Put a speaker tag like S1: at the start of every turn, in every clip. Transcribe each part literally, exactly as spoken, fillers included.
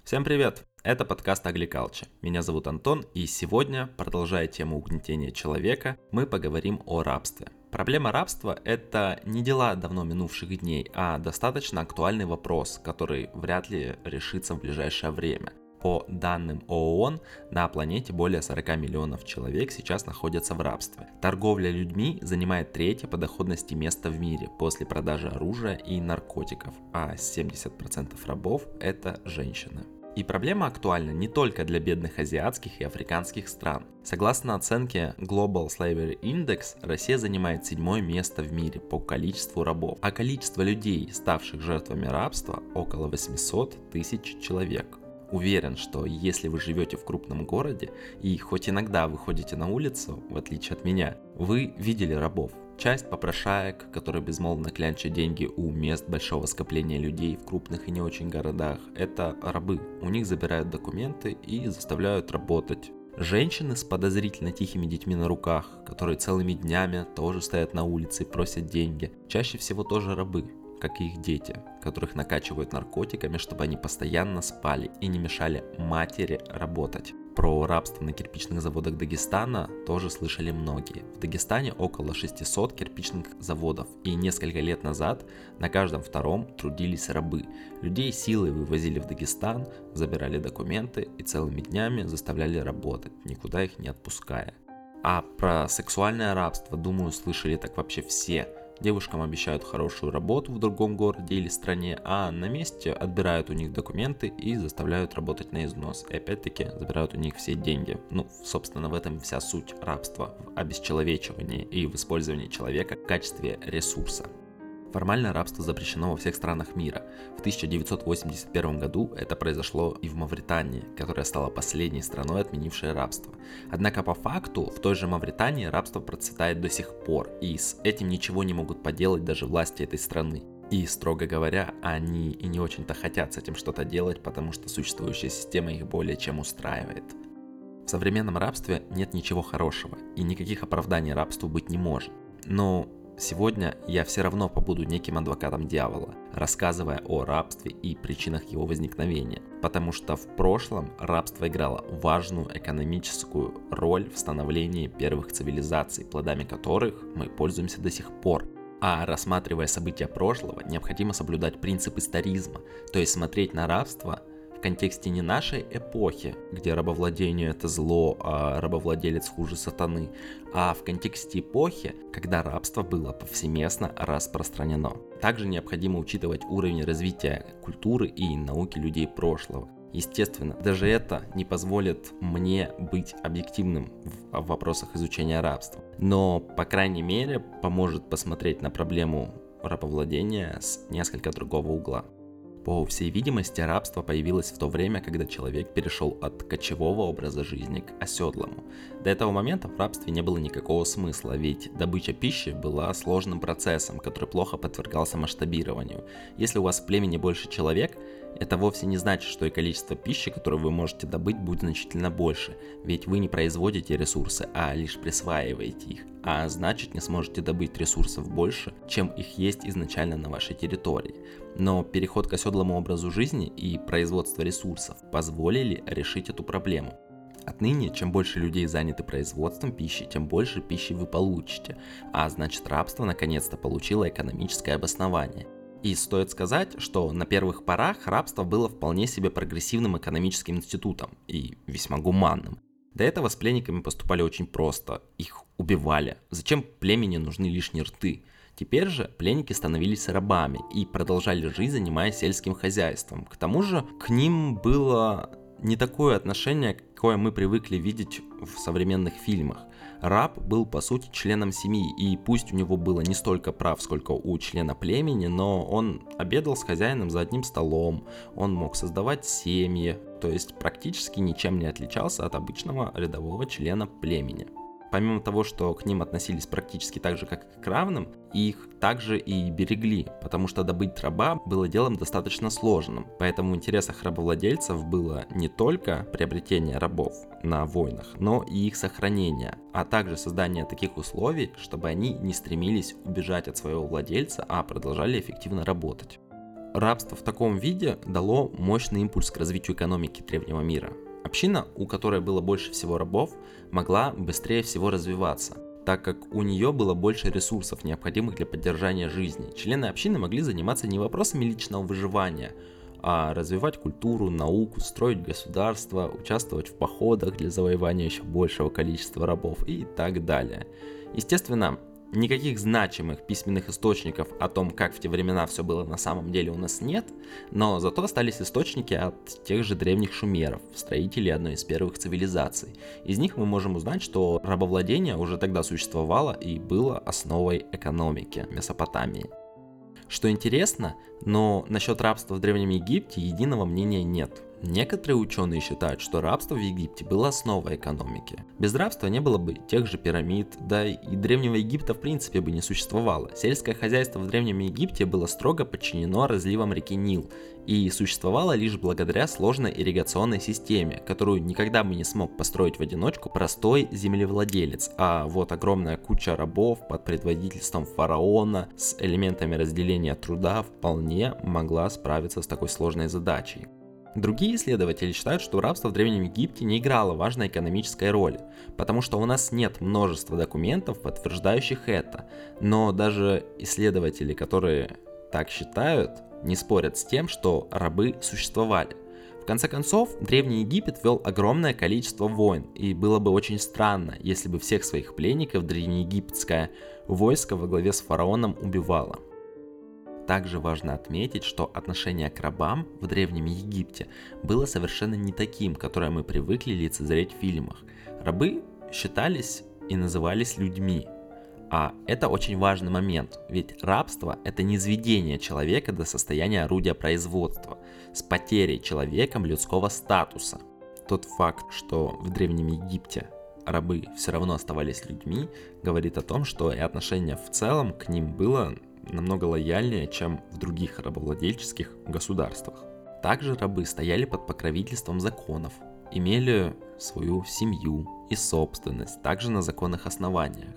S1: Всем привет! Это подкаст Agriculture. Меня зовут Антон, и сегодня, продолжая тему угнетения человека, мы поговорим о рабстве. Проблема рабства – это не дела давно минувших дней, а достаточно актуальный вопрос, который вряд ли решится в ближайшее время. По данным ООН, на планете более сорок миллионов человек сейчас находятся в рабстве. Торговля людьми занимает третье по доходности место в мире после продажи оружия и наркотиков, а семьдесят процентов рабов – это женщины. И проблема актуальна не только для бедных азиатских и африканских стран. Согласно оценке Global Slavery Index, Россия занимает седьмое место в мире по количеству рабов, а количество людей, ставших жертвами рабства, около восемьсот тысяч человек. Уверен, что если вы живете в крупном городе и хоть иногда выходите на улицу, в отличие от меня, вы видели рабов. Часть попрошаек, которые безмолвно клянчат деньги у мест большого скопления людей в крупных и не очень городах, это рабы. У них забирают документы и заставляют работать. Женщины с подозрительно тихими детьми на руках, которые целыми днями тоже стоят на улице и просят деньги, чаще всего тоже рабы, как и их дети, которых накачивают наркотиками, чтобы они постоянно спали и не мешали матери работать. Про рабство на кирпичных заводах Дагестана тоже слышали многие. В Дагестане около шестисот кирпичных заводов, и несколько лет назад на каждом втором трудились рабы. Людей силой вывозили в Дагестан, забирали документы и целыми днями заставляли работать, никуда их не отпуская. А про сексуальное рабство, думаю, слышали так вообще все. Девушкам обещают хорошую работу в другом городе или стране, а на месте отбирают у них документы и заставляют работать на износ. И опять-таки забирают у них все деньги. Ну, собственно, в этом вся суть рабства, в обесчеловечивании и в использовании человека в качестве ресурса. Формально рабство запрещено во всех странах мира. В тысяча девятьсот восемьдесят первом году это произошло и в Мавритании, которая стала последней страной, отменившей рабство. Однако по факту в той же Мавритании рабство процветает до сих пор, и с этим ничего не могут поделать даже власти этой страны. И, строго говоря, они и не очень-то хотят с этим что-то делать, потому что существующая система их более чем устраивает. В современном рабстве нет ничего хорошего, и никаких оправданий рабству быть не может. Но сегодня я все равно побуду неким адвокатом дьявола, рассказывая о рабстве и причинах его возникновения, потому что в прошлом рабство играло важную экономическую роль в становлении первых цивилизаций, плодами которых мы пользуемся до сих пор. А рассматривая события прошлого, необходимо соблюдать принцип историзма, то есть смотреть на рабство в контексте не нашей эпохи, где рабовладение это зло, а рабовладелец хуже сатаны, а в контексте эпохи, когда рабство было повсеместно распространено. Также необходимо учитывать уровень развития культуры и науки людей прошлого. Естественно, даже это не позволит мне быть объективным в вопросах изучения рабства, но, по крайней мере, поможет посмотреть на проблему рабовладения с несколько другого угла. По всей видимости, рабство появилось в то время, когда человек перешел от кочевого образа жизни к оседлому. До этого момента в рабстве не было никакого смысла, ведь добыча пищи была сложным процессом, который плохо подвергался масштабированию. Если у вас в племени больше человек, это вовсе не значит, что и количество пищи, которую вы можете добыть, будет значительно больше, ведь вы не производите ресурсы, а лишь присваиваете их, а значит не сможете добыть ресурсов больше, чем их есть изначально на вашей территории. Но переход к оседлому образу жизни и производство ресурсов позволили решить эту проблему. Отныне, чем больше людей заняты производством пищи, тем больше пищи вы получите, а значит рабство наконец-то получило экономическое обоснование. И стоит сказать, что на первых порах рабство было вполне себе прогрессивным экономическим институтом и весьма гуманным. До этого с пленниками поступали очень просто, их убивали. Зачем племени нужны лишние рты? Теперь же пленники становились рабами и продолжали жить, занимаясь сельским хозяйством. К тому же к ним было не такое отношение, какое мы привыкли видеть в современных фильмах. Раб был по сути членом семьи, и пусть у него было не столько прав, сколько у члена племени, но он обедал с хозяином за одним столом, он мог создавать семьи, то есть практически ничем не отличался от обычного рядового члена племени. Помимо того, что к ним относились практически так же, как и к равным, их также и берегли, потому что добыть раба было делом достаточно сложным. Поэтому в интересах рабовладельцев было не только приобретение рабов на войнах, но и их сохранение, а также создание таких условий, чтобы они не стремились убежать от своего владельца, а продолжали эффективно работать. Рабство в таком виде дало мощный импульс к развитию экономики древнего мира. Община, у которой было больше всего рабов, могла быстрее всего развиваться, так как у нее было больше ресурсов, необходимых для поддержания жизни. Члены общины могли заниматься не вопросами личного выживания, а развивать культуру, науку, строить государство, участвовать в походах для завоевания еще большего количества рабов и так далее. Естественно, никаких значимых письменных источников о том, как в те времена все было на самом деле, у нас нет, но зато остались источники от тех же древних шумеров, строителей одной из первых цивилизаций. Из них мы можем узнать, что рабовладение уже тогда существовало и было основой экономики Месопотамии. Что интересно, но насчет рабства в Древнем Египте единого мнения нет. Некоторые ученые считают, что рабство в Египте было основой экономики. Без рабства не было бы тех же пирамид, да и Древнего Египта в принципе бы не существовало. Сельское хозяйство в Древнем Египте было строго подчинено разливам реки Нил и существовало лишь благодаря сложной ирригационной системе, которую никогда бы не смог построить в одиночку простой землевладелец, а вот огромная куча рабов под предводительством фараона с элементами разделения труда вполне могла справиться с такой сложной задачей. Другие исследователи считают, что рабство в Древнем Египте не играло важной экономической роли, потому что у нас нет множества документов, подтверждающих это. Но даже исследователи, которые так считают, не спорят с тем, что рабы существовали. В конце концов, Древний Египет вел огромное количество войн, и было бы очень странно, если бы всех своих пленников древнеегипетское войско во главе с фараоном убивало. Также важно отметить, что отношение к рабам в Древнем Египте было совершенно не таким, которое мы привыкли лицезреть в фильмах. Рабы считались и назывались людьми. А это очень важный момент, ведь рабство – это низведение человека до состояния орудия производства, с потерей человеком людского статуса. Тот факт, что в Древнем Египте рабы все равно оставались людьми, говорит о том, что и отношение в целом к ним было намного лояльнее, чем в других рабовладельческих государствах. Также рабы стояли под покровительством законов, имели свою семью и собственность, также на законных основаниях.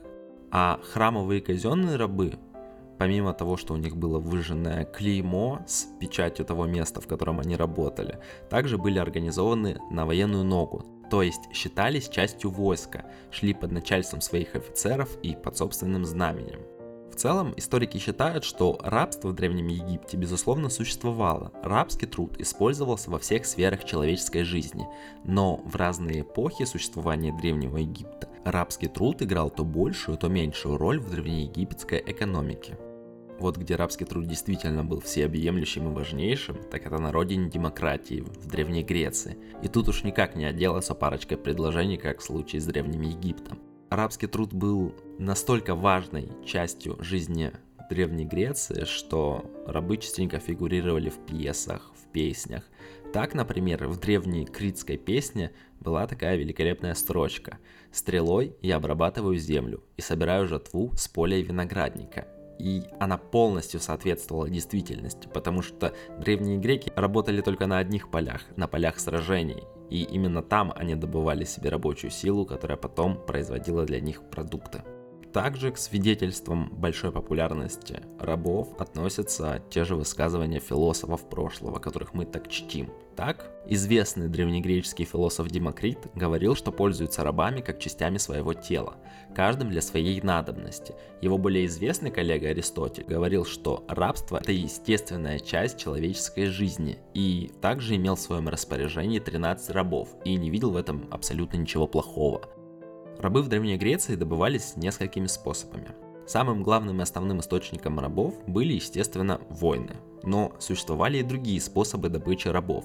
S1: А храмовые казенные рабы, помимо того, что у них было выжженное клеймо с печатью того места, в котором они работали, также были организованы на военную ногу, то есть считались частью войска, шли под начальством своих офицеров и под собственным знаменем. В целом, историки считают, что рабство в Древнем Египте безусловно существовало. Рабский труд использовался во всех сферах человеческой жизни, но в разные эпохи существования Древнего Египта рабский труд играл то большую, то меньшую роль в древнеегипетской экономике. Вот где рабский труд действительно был всеобъемлющим и важнейшим, так это на родине демократии, в Древней Греции. И тут уж никак не отделаться парочкой предложений, как в случае с Древним Египтом. Рабский труд был настолько важной частью жизни Древней Греции, что рабы частенько фигурировали в пьесах, в песнях. Так, например, в древней критской песне была такая великолепная строчка: «Стрелой я обрабатываю землю и собираю жатву с поля и виноградника». И она полностью соответствовала действительности, потому что древние греки работали только на одних полях, на полях сражений. И именно там они добывали себе рабочую силу, которая потом производила для них продукты. Также к свидетельствам большой популярности рабов относятся те же высказывания философов прошлого, которых мы так чтим. Так, известный древнегреческий философ Демокрит говорил, что пользуются рабами как частями своего тела, каждым для своей надобности. Его более известный коллега Аристотель говорил, что рабство – это естественная часть человеческой жизни, и также имел в своем распоряжении тринадцать рабов, и не видел в этом абсолютно ничего плохого. Рабы в Древней Греции добывались несколькими способами. Самым главным и основным источником рабов были, естественно, войны, но существовали и другие способы добычи рабов.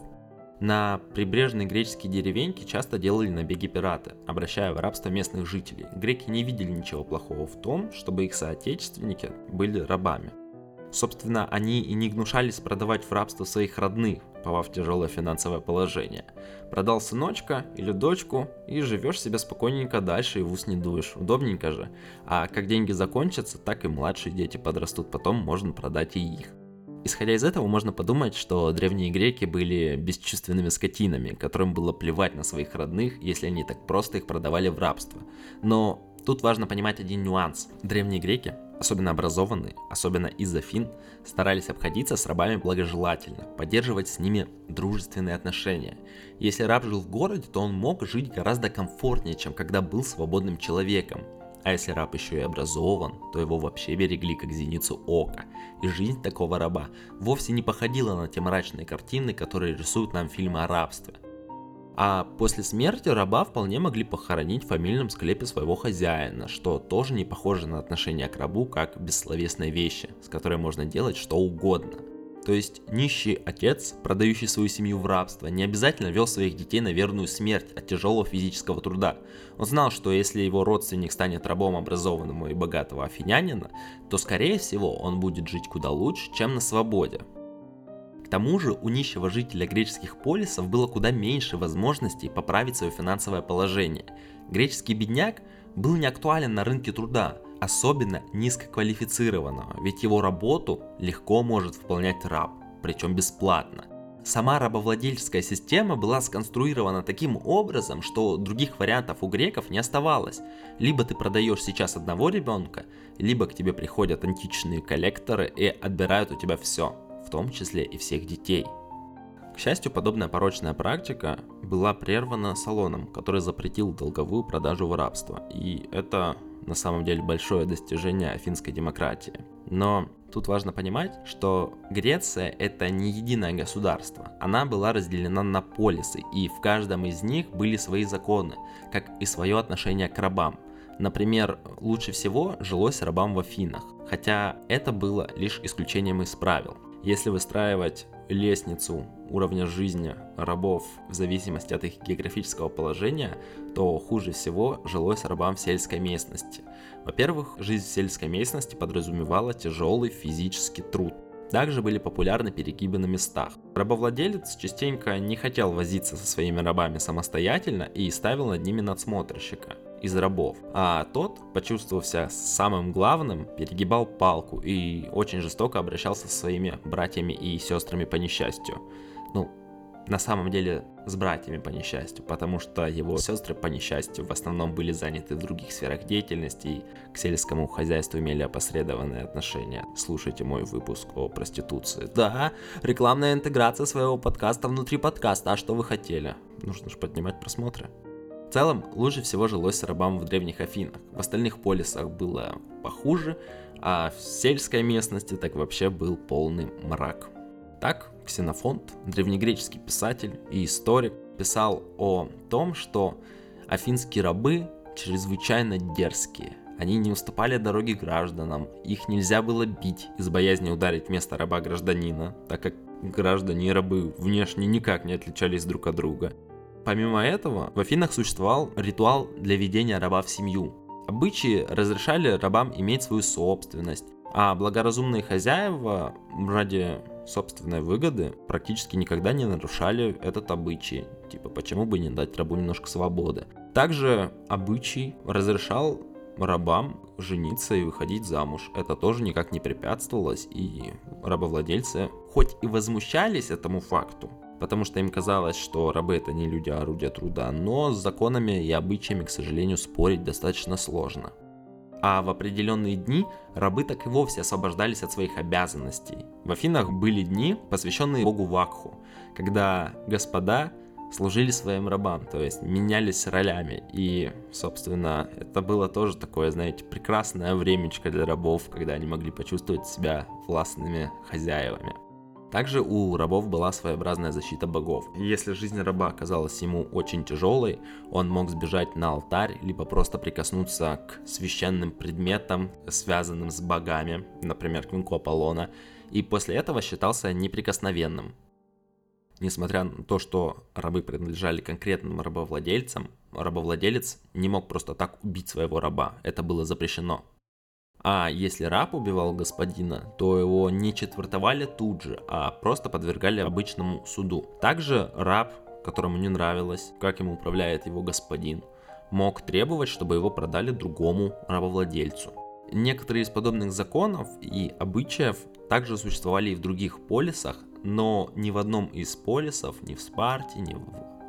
S1: На прибрежные греческие деревеньки часто делали набеги пираты, обращая в рабство местных жителей. Греки не видели ничего плохого в том, чтобы их соотечественники были рабами. Собственно, они и не гнушались продавать в рабство своих родных, попав в тяжелое финансовое положение. Продал сыночка или дочку и живешь себе спокойненько дальше и в ус не дуешь. Удобненько же. А как деньги закончатся, так и младшие дети подрастут, потом можно продать и их. Исходя из этого, можно подумать, что древние греки были бесчувственными скотинами, которым было плевать на своих родных, если они так просто их продавали в рабство. Но тут важно понимать один нюанс. Древние греки особенно образованные, особенно из Афин, старались обходиться с рабами благожелательно, поддерживать с ними дружественные отношения. Если раб жил в городе, то он мог жить гораздо комфортнее, чем когда был свободным человеком. А если раб еще и образован, то его вообще берегли как зеницу ока. И жизнь такого раба вовсе не походила на те мрачные картины, которые рисуют нам фильмы о рабстве. А после смерти раба вполне могли похоронить в фамильном склепе своего хозяина, что тоже не похоже на отношение к рабу как к бессловесной вещи, с которой можно делать что угодно. То есть нищий отец, продающий свою семью в рабство, не обязательно вел своих детей на верную смерть от тяжелого физического труда. Он знал, что если его родственник станет рабом образованного и богатого афинянина, то скорее всего он будет жить куда лучше, чем на свободе. К тому же у нищего жителя греческих полисов было куда меньше возможностей поправить свое финансовое положение. Греческий бедняк был не актуален на рынке труда, особенно низкоквалифицированного, ведь его работу легко может выполнять раб, причем бесплатно. Сама рабовладельческая система была сконструирована таким образом, что других вариантов у греков не оставалось. Либо ты продаешь сейчас одного ребенка, либо к тебе приходят античные коллекторы и отбирают у тебя все, в том числе и всех детей. К счастью, подобная порочная практика была прервана Солоном, который запретил долговую продажу в рабство, и это на самом деле большое достижение афинской демократии. Но тут важно понимать, что Греция — это не единое государство. Она была разделена на полисы, и в каждом из них были свои законы, как и свое отношение к рабам. Например, лучше всего жилось рабам в Афинах, хотя это было лишь исключением из правил. Если выстраивать лестницу уровня жизни рабов в зависимости от их географического положения, то хуже всего жилось рабам в сельской местности. Во-первых, жизнь в сельской местности подразумевала тяжелый физический труд. Также были популярны перегибы на местах. Рабовладелец частенько не хотел возиться со своими рабами самостоятельно и ставил над ними надсмотрщика из рабов, а тот, почувствовав себя самым главным, перегибал палку и очень жестоко обращался со своими братьями и сестрами по несчастью. Ну, на самом деле с братьями по несчастью, потому что его сестры по несчастью в основном были заняты в других сферах деятельности и к сельскому хозяйству имели опосредованные отношения. Слушайте мой выпуск о проституции. Да, рекламная интеграция своего подкаста внутри подкаста, а что вы хотели? Нужно же поднимать просмотры. В целом, лучше всего жилось рабам в древних Афинах. В остальных полисах было похуже, а в сельской местности так вообще был полный мрак. Так, Ксенофонт, древнегреческий писатель и историк, писал о том, что афинские рабы чрезвычайно дерзкие. Они не уступали дороги гражданам, их нельзя было бить из боязни ударить вместо раба гражданина, так как граждане и рабы внешне никак не отличались друг от друга. Помимо этого, в Афинах существовал ритуал для ведения раба в семью. Обычаи разрешали рабам иметь свою собственность, а благоразумные хозяева ради собственной выгоды практически никогда не нарушали этот обычай. Типа, почему бы не дать рабу немножко свободы? Также обычай разрешал рабам жениться и выходить замуж. Это тоже никак не препятствовалось, и рабовладельцы хоть и возмущались этому факту, потому что им казалось, что рабы — это не люди, а орудия труда, но с законами и обычаями, к сожалению, спорить достаточно сложно. А в определенные дни рабы так и вовсе освобождались от своих обязанностей. В Афинах были дни, посвященные богу Вакху, когда господа служили своим рабам, то есть менялись ролями. И, собственно, это было тоже такое, знаете, прекрасное времечко для рабов, когда они могли почувствовать себя властными хозяевами. Также у рабов была своеобразная защита богов. Если жизнь раба казалась ему очень тяжелой, он мог сбежать на алтарь, либо просто прикоснуться к священным предметам, связанным с богами, например, к венку Аполлона, и после этого считался неприкосновенным. Несмотря на то, что рабы принадлежали конкретным рабовладельцам, рабовладелец не мог просто так убить своего раба, это было запрещено. А если раб убивал господина, то его не четвертовали тут же, а просто подвергали обычному суду. Также раб, которому не нравилось, как ему управляет его господин, мог требовать, чтобы его продали другому рабовладельцу. Некоторые из подобных законов и обычаев также существовали и в других полисах, но ни в одном из полисов, ни в Спарте, ни в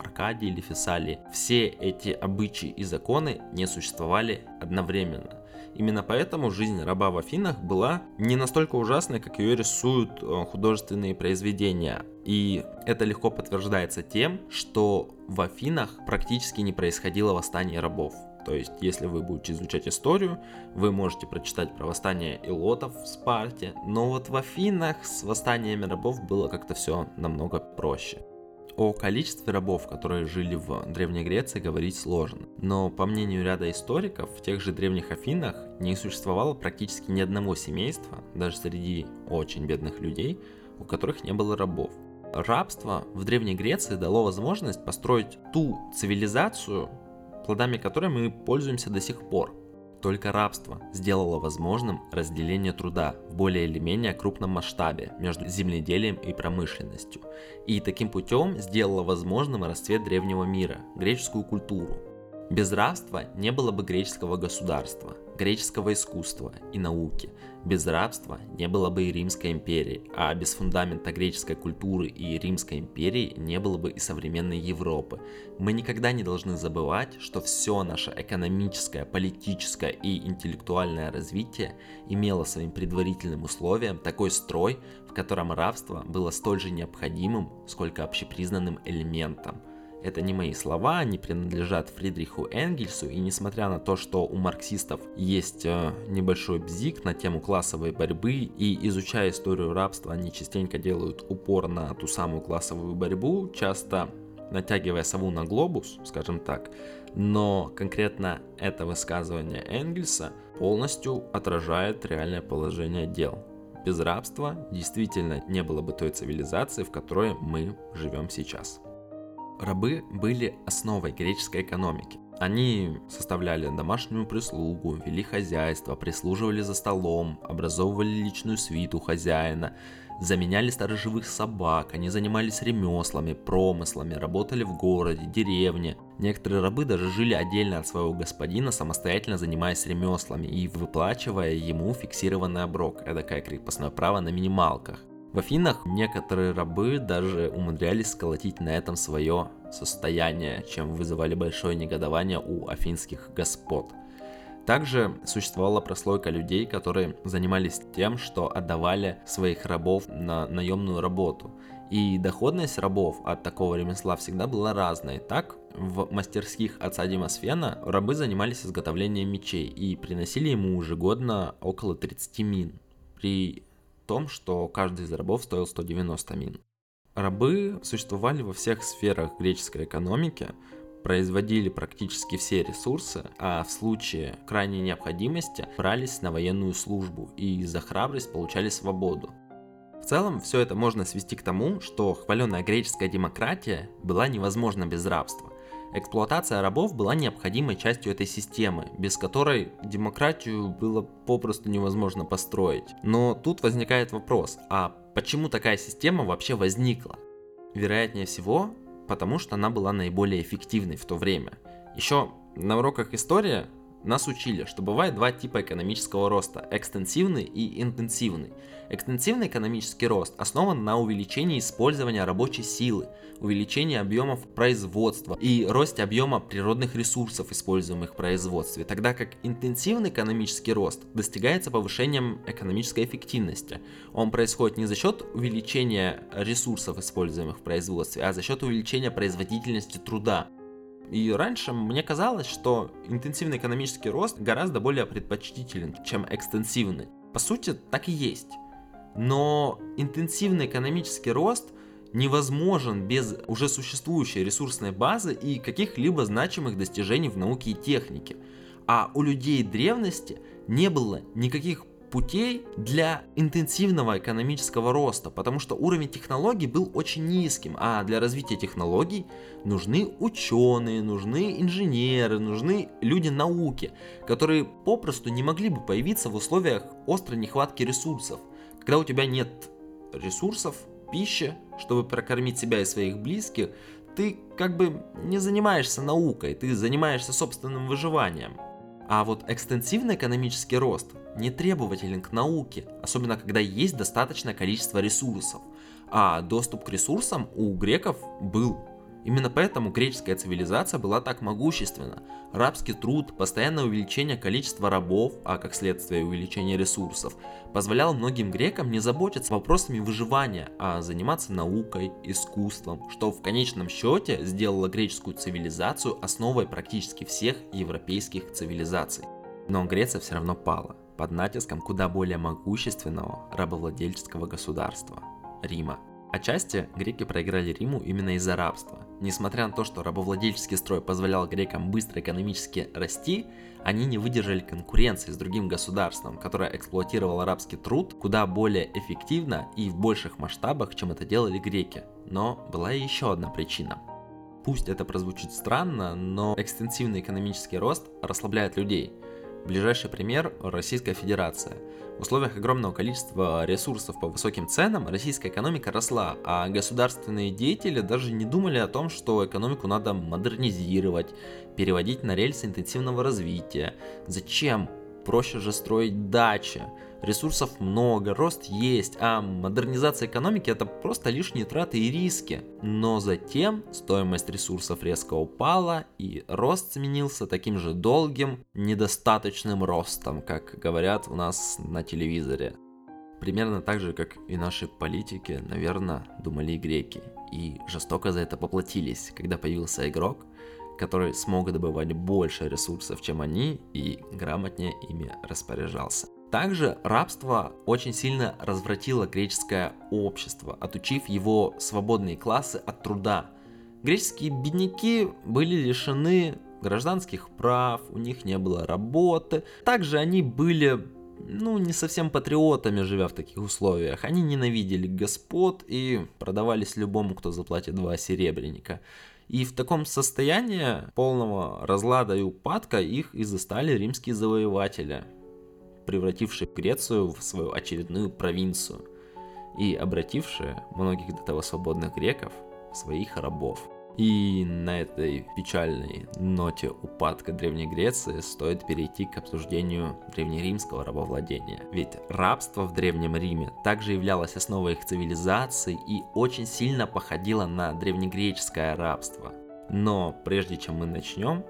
S1: Аркадии или Фессалии, все эти обычаи и законы не существовали одновременно. Именно поэтому жизнь раба в Афинах была не настолько ужасной, как ее рисуют художественные произведения. И это легко подтверждается тем, что в Афинах практически не происходило восстание рабов. То есть, если вы будете изучать историю, вы можете прочитать про восстание илотов в Спарте, но вот в Афинах с восстаниями рабов было как-то все намного проще. О количестве рабов, которые жили в Древней Греции, говорить сложно. Но по мнению ряда историков, в тех же древних Афинах не существовало практически ни одного семейства, даже среди очень бедных людей, у которых не было рабов. Рабство в Древней Греции дало возможность построить ту цивилизацию, плодами которой мы пользуемся до сих пор. Только рабство сделало возможным разделение труда в более или менее крупном масштабе между земледелием и промышленностью. И таким путем сделало возможным расцвет древнего мира, греческую культуру. Без рабства не было бы греческого государства, греческого искусства и науки. Без рабства не было бы и Римской империи, а без фундамента греческой культуры и Римской империи не было бы и современной Европы. Мы никогда не должны забывать, что все наше экономическое, политическое и интеллектуальное развитие имело своим предварительным условием такой строй, в котором рабство было столь же необходимым, сколько общепризнанным элементом. Это не мои слова, они принадлежат Фридриху Энгельсу, и несмотря на то, что у марксистов есть э, небольшой бзик на тему классовой борьбы, и изучая историю рабства, они частенько делают упор на ту самую классовую борьбу, часто натягивая сову на глобус, скажем так, но конкретно это высказывание Энгельса полностью отражает реальное положение дел. Без рабства действительно не было бы той цивилизации, в которой мы живем сейчас. Рабы были основой греческой экономики. Они составляли домашнюю прислугу, вели хозяйство, прислуживали за столом, образовывали личную свиту хозяина, заменяли сторожевых собак, они занимались ремеслами, промыслами, работали в городе, деревне. Некоторые рабы даже жили отдельно от своего господина, самостоятельно занимаясь ремеслами и выплачивая ему фиксированный оброк, эдакое крепостное право на минималках. В Афинах некоторые рабы даже умудрялись сколотить на этом свое состояние, чем вызывали большое негодование у афинских господ. Также существовала прослойка людей, которые занимались тем, что отдавали своих рабов на наемную работу. И доходность рабов от такого ремесла всегда была разной. Так, в мастерских отца Демосфена рабы занимались изготовлением мечей и приносили ему ежегодно около тридцати мин. При том, что каждый из рабов стоил сто девяносто мин. Рабы существовали во всех сферах греческой экономики, производили практически все ресурсы, а в случае крайней необходимости брались на военную службу и за храбрость получали свободу. В целом, все это можно свести к тому, что хваленая греческая демократия была невозможна без рабства. Эксплуатация рабов была необходимой частью этой системы, без которой демократию было попросту невозможно построить. Но тут возникает вопрос, а почему такая система вообще возникла? Вероятнее всего, потому что она была наиболее эффективной в то время. Еще на уроках истории нас учили, что бывает два типа экономического роста – экстенсивный и интенсивный. Экстенсивный экономический рост основан на увеличении использования рабочей силы, увеличении объемов производства и росте объема природных ресурсов, используемых в производстве, тогда как интенсивный экономический рост достигается повышением экономической эффективности. Он происходит не за счет увеличения ресурсов, используемых в производстве, а за счет увеличения производительности труда. И раньше мне казалось, что интенсивный экономический рост гораздо более предпочтителен, чем экстенсивный. По сути, так и есть. Но интенсивный экономический рост невозможен без уже существующей ресурсной базы и каких-либо значимых достижений в науке и технике. А у людей древности не было никаких путей для интенсивного экономического роста, потому что уровень технологий был очень низким, а для развития технологий нужны ученые, нужны инженеры, нужны люди науки, которые попросту не могли бы появиться в условиях острой нехватки ресурсов. Когда у тебя нет ресурсов, пищи, чтобы прокормить себя и своих близких, ты как бы не занимаешься наукой, ты занимаешься собственным выживанием. А вот экстенсивный экономический рост не требователен к науке, особенно когда есть достаточное количество ресурсов. А доступ к ресурсам у греков был. Именно поэтому греческая цивилизация была так могущественна. Рабский труд, постоянное увеличение количества рабов, а как следствие увеличение ресурсов, позволяло многим грекам не заботиться вопросами выживания, а заниматься наукой, искусством, что в конечном счете сделало греческую цивилизацию основой практически всех европейских цивилизаций. Но Греция все равно пала под натиском куда более могущественного рабовладельческого государства – Рима. Отчасти греки проиграли Риму именно из-за рабства. Несмотря на то, что рабовладельческий строй позволял грекам быстро экономически расти, они не выдержали конкуренции с другим государством, которое эксплуатировало рабский труд куда более эффективно и в больших масштабах, чем это делали греки. Но была и еще одна причина. Пусть это прозвучит странно, но экстенсивный экономический рост расслабляет людей. Ближайший пример – Российская Федерация. В условиях огромного количества ресурсов по высоким ценам российская экономика росла, а государственные деятели даже не думали о том, что экономику надо модернизировать, переводить на рельсы интенсивного развития. Зачем? Проще же строить дачи. Ресурсов много, рост есть, а модернизация экономики – это просто лишние траты и риски. Но затем стоимость ресурсов резко упала, и рост сменился таким же долгим, недостаточным ростом, как говорят у нас на телевизоре. Примерно так же, как и наши политики, наверное, думали и греки. И жестоко за это поплатились, когда появился игрок, который смог добывать больше ресурсов, чем они, и грамотнее ими распоряжался. Также рабство очень сильно развратило греческое общество, отучив его свободные классы от труда. Греческие бедняки были лишены гражданских прав, у них не было работы. Также они были, ну, не совсем патриотами, живя в таких условиях. Они ненавидели господ и продавались любому, кто заплатит два серебряника. И в таком состоянии полного разлада и упадка их и застали римские завоеватели, превратившие Грецию в свою очередную провинцию и обратившие многих до того свободных греков в своих рабов. И на этой печальной ноте упадка Древней Греции стоит перейти к обсуждению древнеримского рабовладения. Ведь рабство в Древнем Риме также являлось основой их цивилизации и очень сильно походило на древнегреческое рабство. Но прежде чем мы начнем,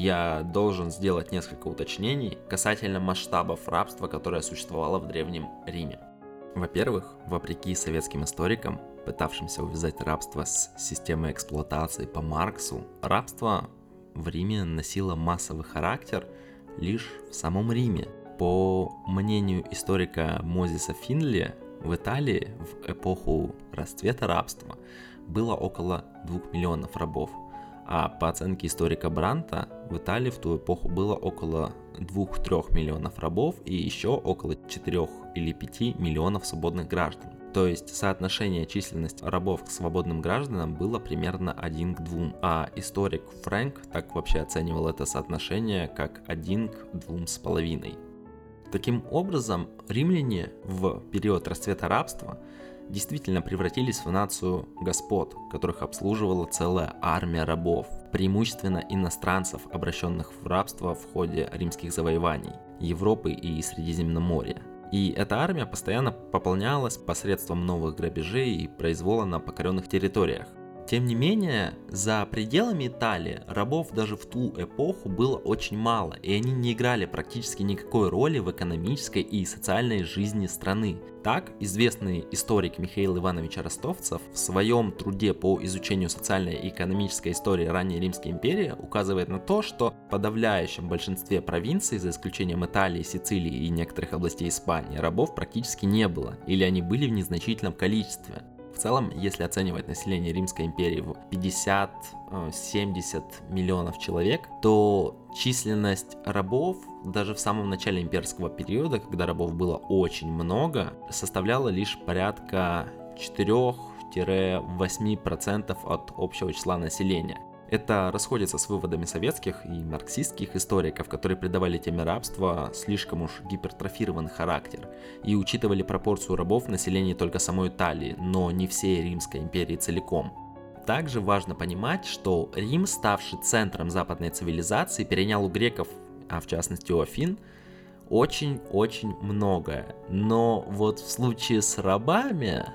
S1: я должен сделать несколько уточнений касательно масштабов рабства, которое существовало в Древнем Риме. Во-первых, вопреки советским историкам, пытавшимся увязать рабство с системой эксплуатации по Марксу, рабство в Риме носило массовый характер лишь в самом Риме. По мнению историка Мозеса Финли, в Италии в эпоху расцвета рабства было около двух миллионов рабов, а по оценке историка Бранта, в Италии в ту эпоху было около двух-трёх миллионов рабов и еще около четырёх или пяти миллионов свободных граждан. То есть соотношение численности рабов к свободным гражданам было примерно один к двум, а историк Фрэнк так вообще оценивал это соотношение как один к двум с половиной. Таким образом, римляне в период расцвета рабства действительно превратились в нацию господ, которых обслуживала целая армия рабов, преимущественно иностранцев, обращенных в рабство в ходе римских завоеваний Европы и Средиземноморья. И эта армия постоянно пополнялась посредством новых грабежей и произвола на покоренных территориях. Тем не менее, за пределами Италии рабов даже в ту эпоху было очень мало, и они не играли практически никакой роли в экономической и социальной жизни страны. Так, известный историк Михаил Иванович Ростовцев в своем труде по изучению социальной и экономической истории ранней Римской империи указывает на то, что в подавляющем большинстве провинций, за исключением Италии, Сицилии и некоторых областей Испании, рабов практически не было, или они были в незначительном количестве. В целом, если оценивать население Римской империи в пятьдесят-семьдесят миллионов человек, то численность рабов даже в самом начале имперского периода, когда рабов было очень много, составляла лишь порядка четыре-восемь процентов от общего числа населения. Это расходится с выводами советских и марксистских историков, которые придавали теме рабства слишком уж гипертрофированный характер и учитывали пропорцию рабов в населении только самой Италии, но не всей Римской империи целиком. Также важно понимать, что Рим, ставший центром западной цивилизации, перенял у греков, а в частности у Афин, очень-очень многое. Но вот в случае с рабами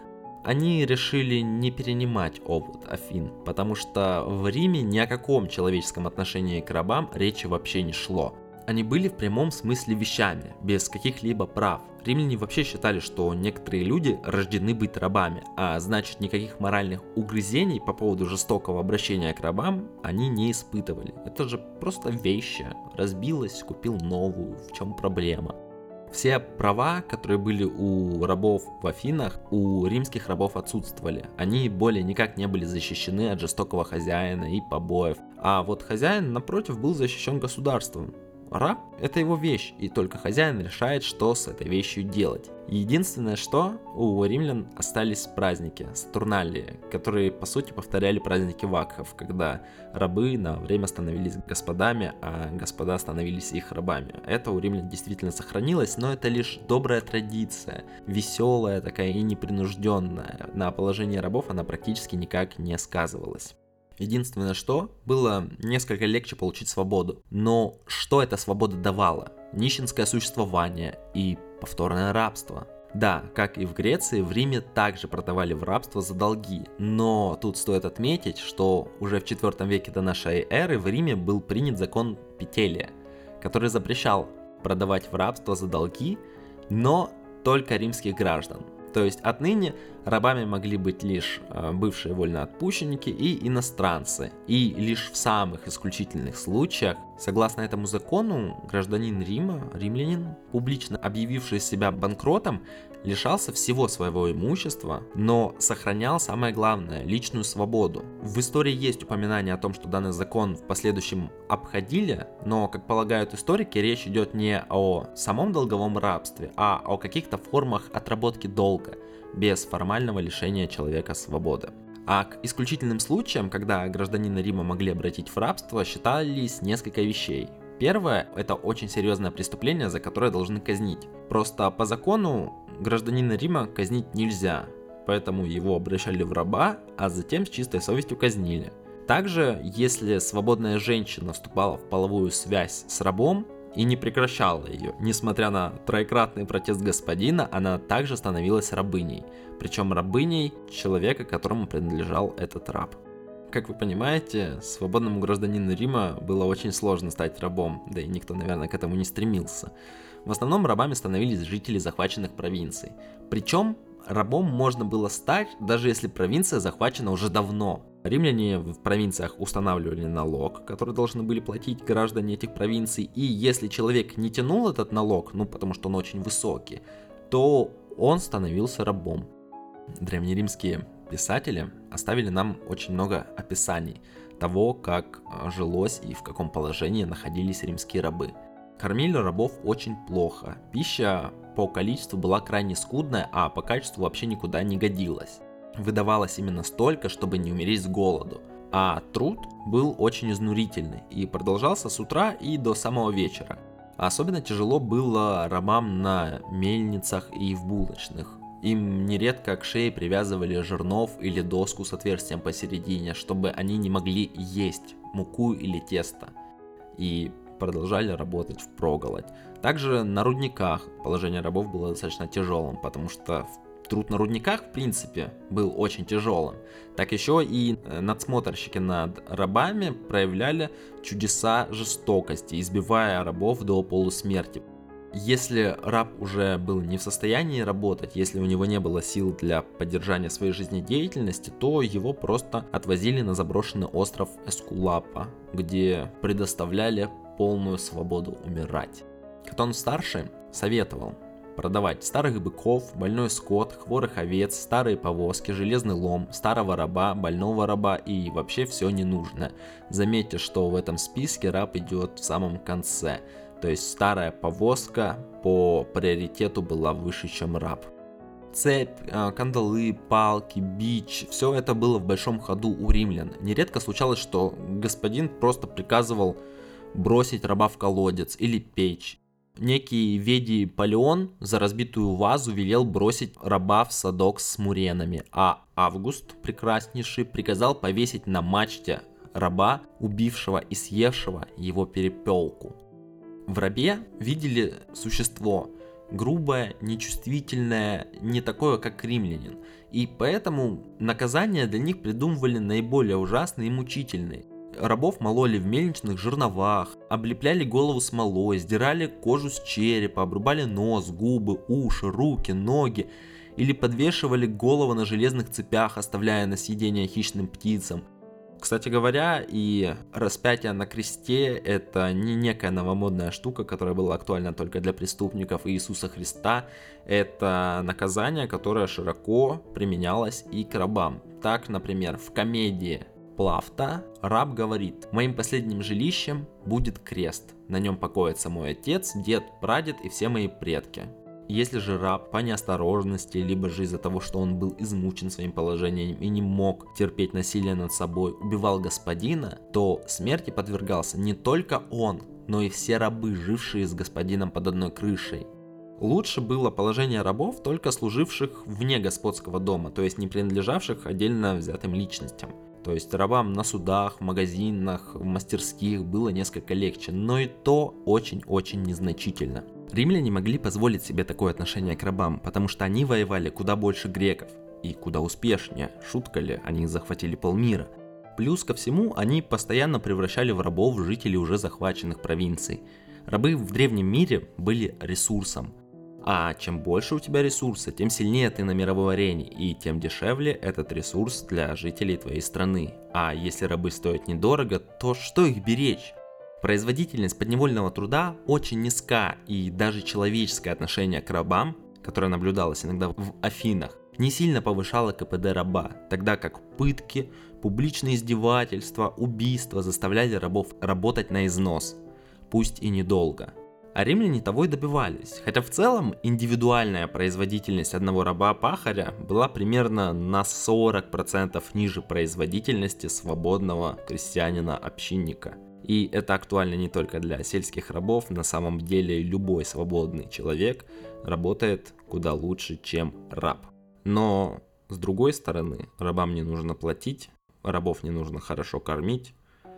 S1: они решили не перенимать опыт Афин, потому что в Риме ни о каком человеческом отношении к рабам речи вообще не шло. Они были в прямом смысле вещами, без каких-либо прав. Римляне вообще считали, что некоторые люди рождены быть рабами, а значит никаких моральных угрызений по поводу жестокого обращения к рабам они не испытывали. Это же просто вещи. Разбилась, купил новую, в чем проблема? Все права, которые были у рабов в Афинах, у римских рабов отсутствовали. Они более никак не были защищены от жестокого хозяина и побоев. А вот хозяин, напротив, был защищен государством. Раб – это его вещь, и только хозяин решает, что с этой вещью делать. Единственное, что у римлян остались праздники, сатурналии, которые по сути повторяли праздники вакхов, когда рабы на время становились господами, а господа становились их рабами. Это у римлян действительно сохранилось, но это лишь добрая традиция, веселая такая и непринужденная. На положение рабов она практически никак не сказывалась. Единственное, что было несколько легче получить свободу. Но что эта свобода давала? Нищенское существование и повторное рабство. Да, как и в Греции, в Риме также продавали в рабство за долги. Но тут стоит отметить, что уже в четвёртом веке до нашей эры в Риме был принят закон Петелия, который запрещал продавать в рабство за долги, но только римских граждан. То есть отныне рабами могли быть лишь бывшие вольноотпущенники и иностранцы. И лишь в самых исключительных случаях, согласно этому закону, гражданин Рима, римлянин, публично объявивший себя банкротом, лишался всего своего имущества, но сохранял самое главное – личную свободу. В истории есть упоминание о том, что данный закон в последующем обходили, но, как полагают историки, речь идет не о самом долговом рабстве, а о каких-то формах отработки долга, без формального лишения человека свободы. А к исключительным случаям, когда гражданина Рима могли обратить в рабство, считались несколько вещей. Первое – это очень серьезное преступление, за которое должны казнить. Просто по закону гражданина Рима казнить нельзя, поэтому его обращали в раба, а затем с чистой совестью казнили. Также, если свободная женщина вступала в половую связь с рабом и не прекращала ее, несмотря на троекратный протест господина, она также становилась рабыней, причем рабыней человека, которому принадлежал этот раб. Как вы понимаете, свободному гражданину Рима было очень сложно стать рабом, да и никто, наверное, к этому не стремился. В основном рабами становились жители захваченных провинций. Причем рабом можно было стать, даже если провинция захвачена уже давно. Римляне в провинциях устанавливали налог, который должны были платить граждане этих провинций, и если человек не тянул этот налог, ну потому что он очень высокий, то он становился рабом. Древнеримские писатели оставили нам очень много описаний того, как жилось и в каком положении находились римские рабы. Кормили рабов очень плохо, пища по количеству была крайне скудная, а по качеству вообще никуда не годилась. Выдавалось именно столько, чтобы не умереть с голоду, а труд был очень изнурительный и продолжался с утра и до самого вечера. Особенно тяжело было рабам на мельницах и в булочных. Им нередко к шее привязывали жернов или доску с отверстием посередине, чтобы они не могли есть муку или тесто, и продолжали работать впроголодь. Также на рудниках положение рабов было достаточно тяжелым, потому что труд на рудниках, в принципе, был очень тяжелым. Так еще и надсмотрщики над рабами проявляли чудеса жестокости, избивая рабов до полусмерти. Если раб уже был не в состоянии работать, если у него не было сил для поддержания своей жизнедеятельности, то его просто отвозили на заброшенный остров Эскулапа, где предоставляли полную свободу умирать. Катон-старший советовал продавать старых быков, больной скот, хворых овец, старые повозки, железный лом, старого раба, больного раба и вообще все ненужное. Заметьте, что в этом списке раб идет в самом конце. То есть старая повозка по приоритету была выше, чем раб. Цепь, кандалы, палки, бич – все это было в большом ходу у римлян. Нередко случалось, что господин просто приказывал бросить раба в колодец или печь. Некий Ведий Палеон за разбитую вазу велел бросить раба в садок с муренами, а Август, прекраснейший, приказал повесить на мачте раба, убившего и съевшего его перепелку. В рабе видели существо, грубое, нечувствительное, не такое, как римлянин. И поэтому наказания для них придумывали наиболее ужасные и мучительные. Рабов мололи в мельничных жерновах, облепляли голову смолой, сдирали кожу с черепа, обрубали нос, губы, уши, руки, ноги или подвешивали голову на железных цепях, оставляя на съедение хищным птицам. Кстати говоря, и распятие на кресте – это не некая новомодная штука, которая была актуальна только для преступников Иисуса Христа. Это наказание, которое широко применялось и к рабам. Так, например, в комедии Плафта раб говорит: «Моим последним жилищем будет крест. На нем покоится мой отец, дед, прадед и все мои предки». Если же раб по неосторожности, либо же из-за того, что он был измучен своим положением и не мог терпеть насилие над собой, убивал господина, то смерти подвергался не только он, но и все рабы, жившие с господином под одной крышей. Лучше было положение рабов, только служивших вне господского дома, то есть не принадлежавших отдельно взятым личностям. То есть рабам на судах, в магазинах, в мастерских было несколько легче, но и то очень-очень незначительно. Римляне могли позволить себе такое отношение к рабам, потому что они воевали куда больше греков и куда успешнее. Шутка ли, они захватили полмира. Плюс ко всему, они постоянно превращали в рабов жителей уже захваченных провинций. Рабы в древнем мире были ресурсом. А чем больше у тебя ресурса, тем сильнее ты на мировой арене, и тем дешевле этот ресурс для жителей твоей страны. А если рабы стоят недорого, то что их беречь? Производительность подневольного труда очень низка, и даже человеческое отношение к рабам, которое наблюдалось иногда в Афинах, не сильно повышало ка пэ дэ раба, тогда как пытки, публичные издевательства, убийства заставляли рабов работать на износ, пусть и недолго. А римляне того и добивались, хотя в целом индивидуальная производительность одного раба-пахаря была примерно на сорок процентов ниже производительности свободного крестьянина-общинника. И это актуально не только для сельских рабов, на самом деле любой свободный человек работает куда лучше, чем раб. Но с другой стороны, рабам не нужно платить, рабов не нужно хорошо кормить,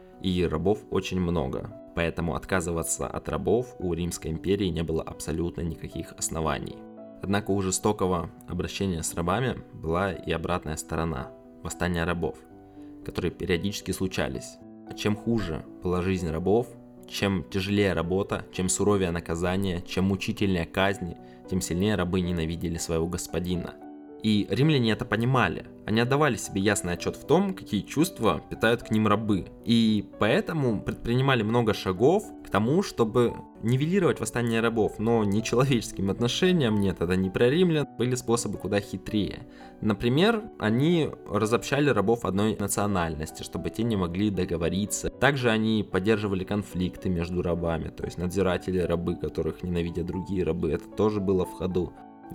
S1: и рабов очень много. Поэтому отказываться от рабов у Римской империи не было абсолютно никаких оснований. Однако у жестокого обращения с рабами была и обратная сторона – восстания рабов, которые периодически случались. Чем хуже была жизнь рабов, чем тяжелее работа, чем суровее наказание, чем мучительнее казни, тем сильнее рабы ненавидели своего господина. И римляне это понимали, они отдавали себе ясный отчет в том, какие чувства питают к ним рабы. И поэтому предпринимали много шагов к тому, чтобы нивелировать восстание рабов, но не человеческим отношениям, нет, это не про римлян, были способы куда хитрее. Например, они разобщали рабов одной национальности, чтобы те не могли договориться. Также они поддерживали конфликты между рабами, то есть надзиратели рабы, которых ненавидят другие рабы, это тоже было в ходу.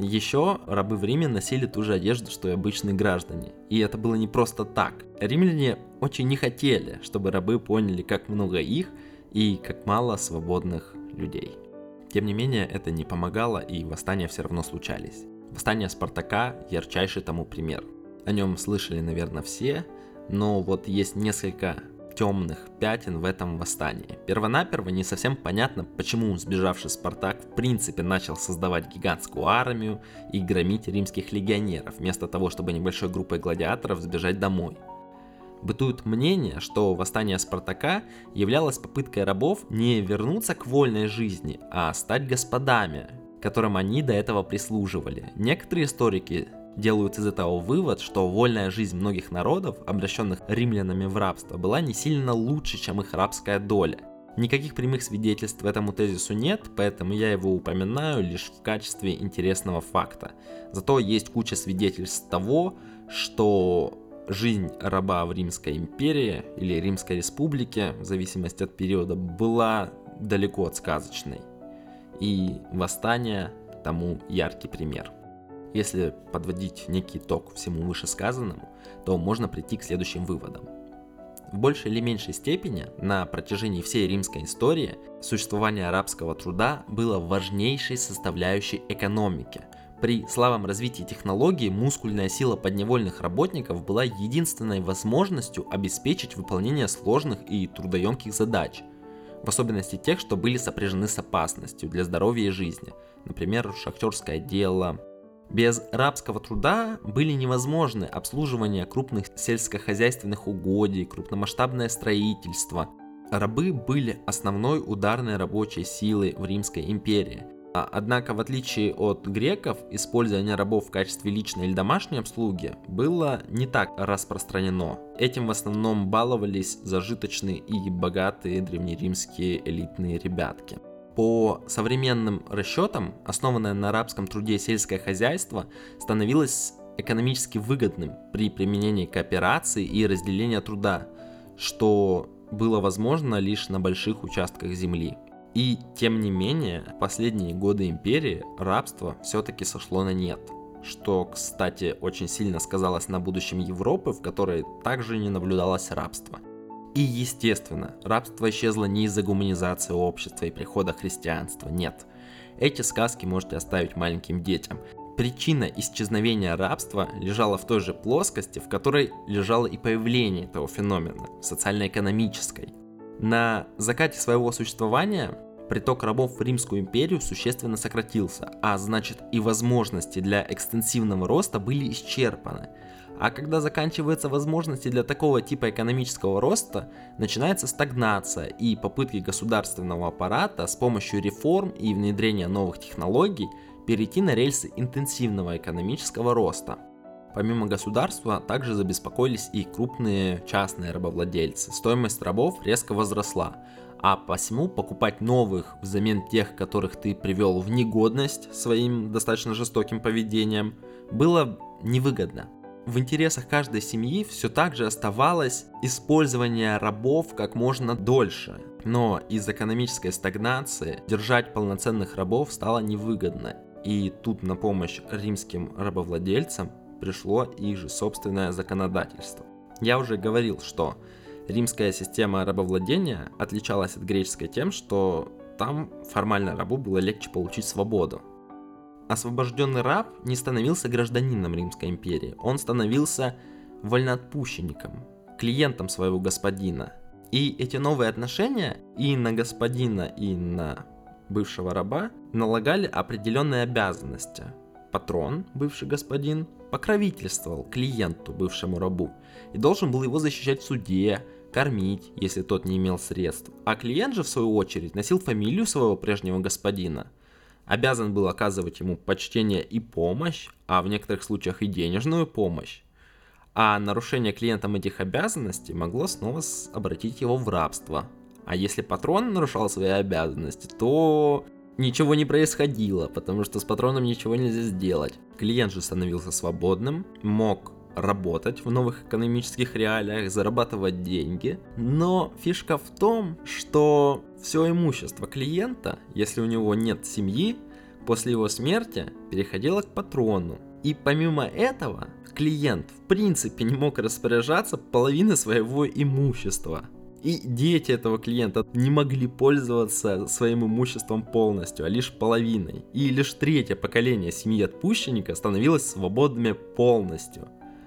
S1: Еще рабы в Риме носили ту же одежду, что и обычные граждане. И это было не просто так. Римляне очень не хотели, чтобы рабы поняли, как много их и как мало свободных людей. Тем не менее, это не помогало, и восстания все равно случались. Восстание Спартака – ярчайший тому пример. О нем слышали, наверное, все, но вот есть несколько темных пятен в этом восстании. Первонаперво не совсем понятно, почему сбежавший Спартак в принципе начал создавать гигантскую армию и громить римских легионеров, вместо того, чтобы небольшой группой гладиаторов сбежать домой. Бытует мнение, что восстание Спартака являлось попыткой рабов не вернуться к вольной жизни, а стать господами, которым они до этого прислуживали. Некоторые историки делают из этого вывод, что вольная жизнь многих народов, обращенных римлянами в рабство, была не сильно лучше, чем их рабская доля. Никаких прямых свидетельств этому тезису нет, поэтому я его упоминаю лишь в качестве интересного факта. Зато есть куча свидетельств того, что жизнь раба в Римской империи или Римской республике, в зависимости от периода, была далеко от сказочной. И восстание тому яркий пример. Если подводить некий итог всему вышесказанному, то можно прийти к следующим выводам. В большей или меньшей степени на протяжении всей римской истории существование рабского труда было важнейшей составляющей экономики. При слабом развитии технологий мускульная сила подневольных работников была единственной возможностью обеспечить выполнение сложных и трудоемких задач. в особенности тех, что были сопряжены с опасностью для здоровья и жизни, например, шахтерское дело. Без рабского труда были невозможны обслуживание крупных сельскохозяйственных угодий, крупномасштабное строительство. Рабы были основной ударной рабочей силой в Римской империи. Однако, в отличие от греков, использование рабов в качестве личной или домашней обслуги было не так распространено. Этим в основном баловались зажиточные и богатые древнеримские элитные ребятки. По современным расчетам, основанное на рабском труде сельское хозяйство становилось экономически выгодным при применении кооперации и разделения труда, что было возможно лишь на больших участках земли. И тем не менее, в последние годы империи рабство все-таки сошло на нет, что, кстати, очень сильно сказалось на будущем Европы, в которой также не наблюдалось рабство. И естественно, рабство исчезло не из-за гуманизации общества и прихода христианства, нет. Эти сказки можете оставить маленьким детям. Причина исчезновения рабства лежала в той же плоскости, в которой лежало и появление этого феномена, социально-экономической. На закате своего существования приток рабов в Римскую империю существенно сократился, а значит и возможности для экстенсивного роста были исчерпаны. А когда заканчиваются возможности для такого типа экономического роста, начинается стагнация и попытки государственного аппарата с помощью реформ и внедрения новых технологий перейти на рельсы интенсивного экономического роста. Помимо государства, также забеспокоились и крупные частные рабовладельцы. Стоимость рабов резко возросла, а посему покупать новых взамен тех, которых ты привел в негодность своим достаточно жестоким поведением, было невыгодно. В интересах каждой семьи все так же оставалось использование рабов как можно дольше, но из экономической стагнации держать полноценных рабов стало невыгодно, и тут на помощь римским рабовладельцам пришло их же собственное законодательство. Я уже говорил, что римская система рабовладения отличалась от греческой тем, что там формально рабу было легче получить свободу. Освобожденный раб не становился гражданином Римской империи, он становился вольноотпущенником, клиентом своего господина. И эти новые отношения и на господина, и на бывшего раба налагали определенные обязанности. Патрон, бывший господин, покровительствовал клиенту, бывшему рабу, и должен был его защищать в суде, кормить, если тот не имел средств. А клиент же, в свою очередь, носил фамилию своего прежнего господина, обязан был оказывать ему почтение и помощь, а в некоторых случаях и денежную помощь. А нарушение клиентом этих обязанностей могло снова обратить его в рабство. А если патрон нарушал свои обязанности, то ничего не происходило, потому что с патроном ничего нельзя сделать. Клиент же становился свободным, мог работать в новых экономических реалиях, зарабатывать деньги. Но фишка в том, что все имущество клиента, если у него нет семьи, после его смерти переходило к патрону. И помимо этого, клиент в принципе не мог распоряжаться половиной своего имущества. И дети этого клиента не могли пользоваться своим имуществом полностью, а лишь половиной. И лишь третье поколение семьи отпущенника становилось свободными полностью.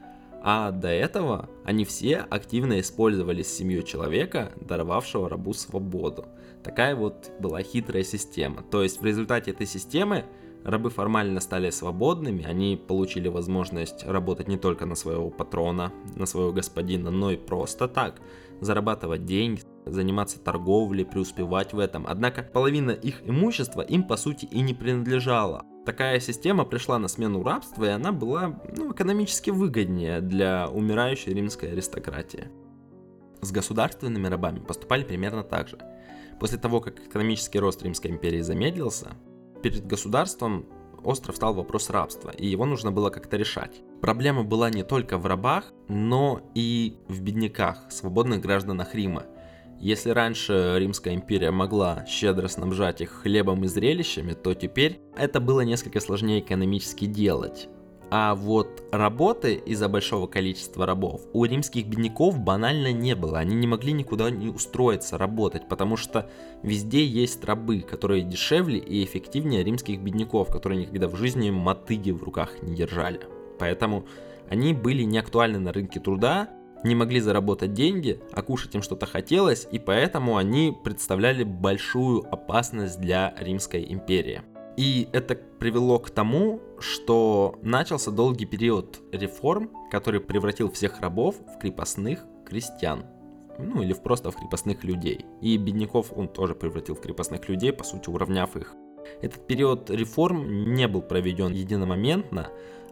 S1: А до этого они все активно использовали семью человека, даровавшего рабу свободу. Такая вот была хитрая система. То есть в результате этой системы рабы формально стали свободными, они получили возможность работать не только на своего патрона, на своего господина, но и просто так, зарабатывать деньги, заниматься торговлей, преуспевать в этом. Однако половина их имущества им по сути и не принадлежала. Такая система пришла на смену рабству, и она была ну, экономически выгоднее для умирающей римской аристократии. С государственными рабами поступали примерно так же. После того, как экономический рост Римской империи замедлился, перед государством остро встал вопрос рабства, и его нужно было как-то решать. Проблема была не только в рабах, но и в бедняках, свободных гражданах Рима. Если раньше Римская империя могла щедро снабжать их хлебом и зрелищами, то теперь это было несколько сложнее экономически делать. А вот работы из-за большого количества рабов у римских бедняков банально не было. Они не могли никуда не устроиться работать, потому что везде есть рабы, которые дешевле и эффективнее римских бедняков, которые никогда в жизни мотыги в руках не держали. Поэтому они были не актуальны на рынке труда, не могли заработать деньги, а кушать им что-то хотелось, и поэтому они представляли большую опасность для Римской империи. И это привело к тому, что начался долгий период реформ, который превратил всех рабов в крепостных крестьян. Ну или просто в крепостных людей. И бедняков он тоже превратил в крепостных людей, по сути уравняв их. Этот период реформ не был проведен единомоментно,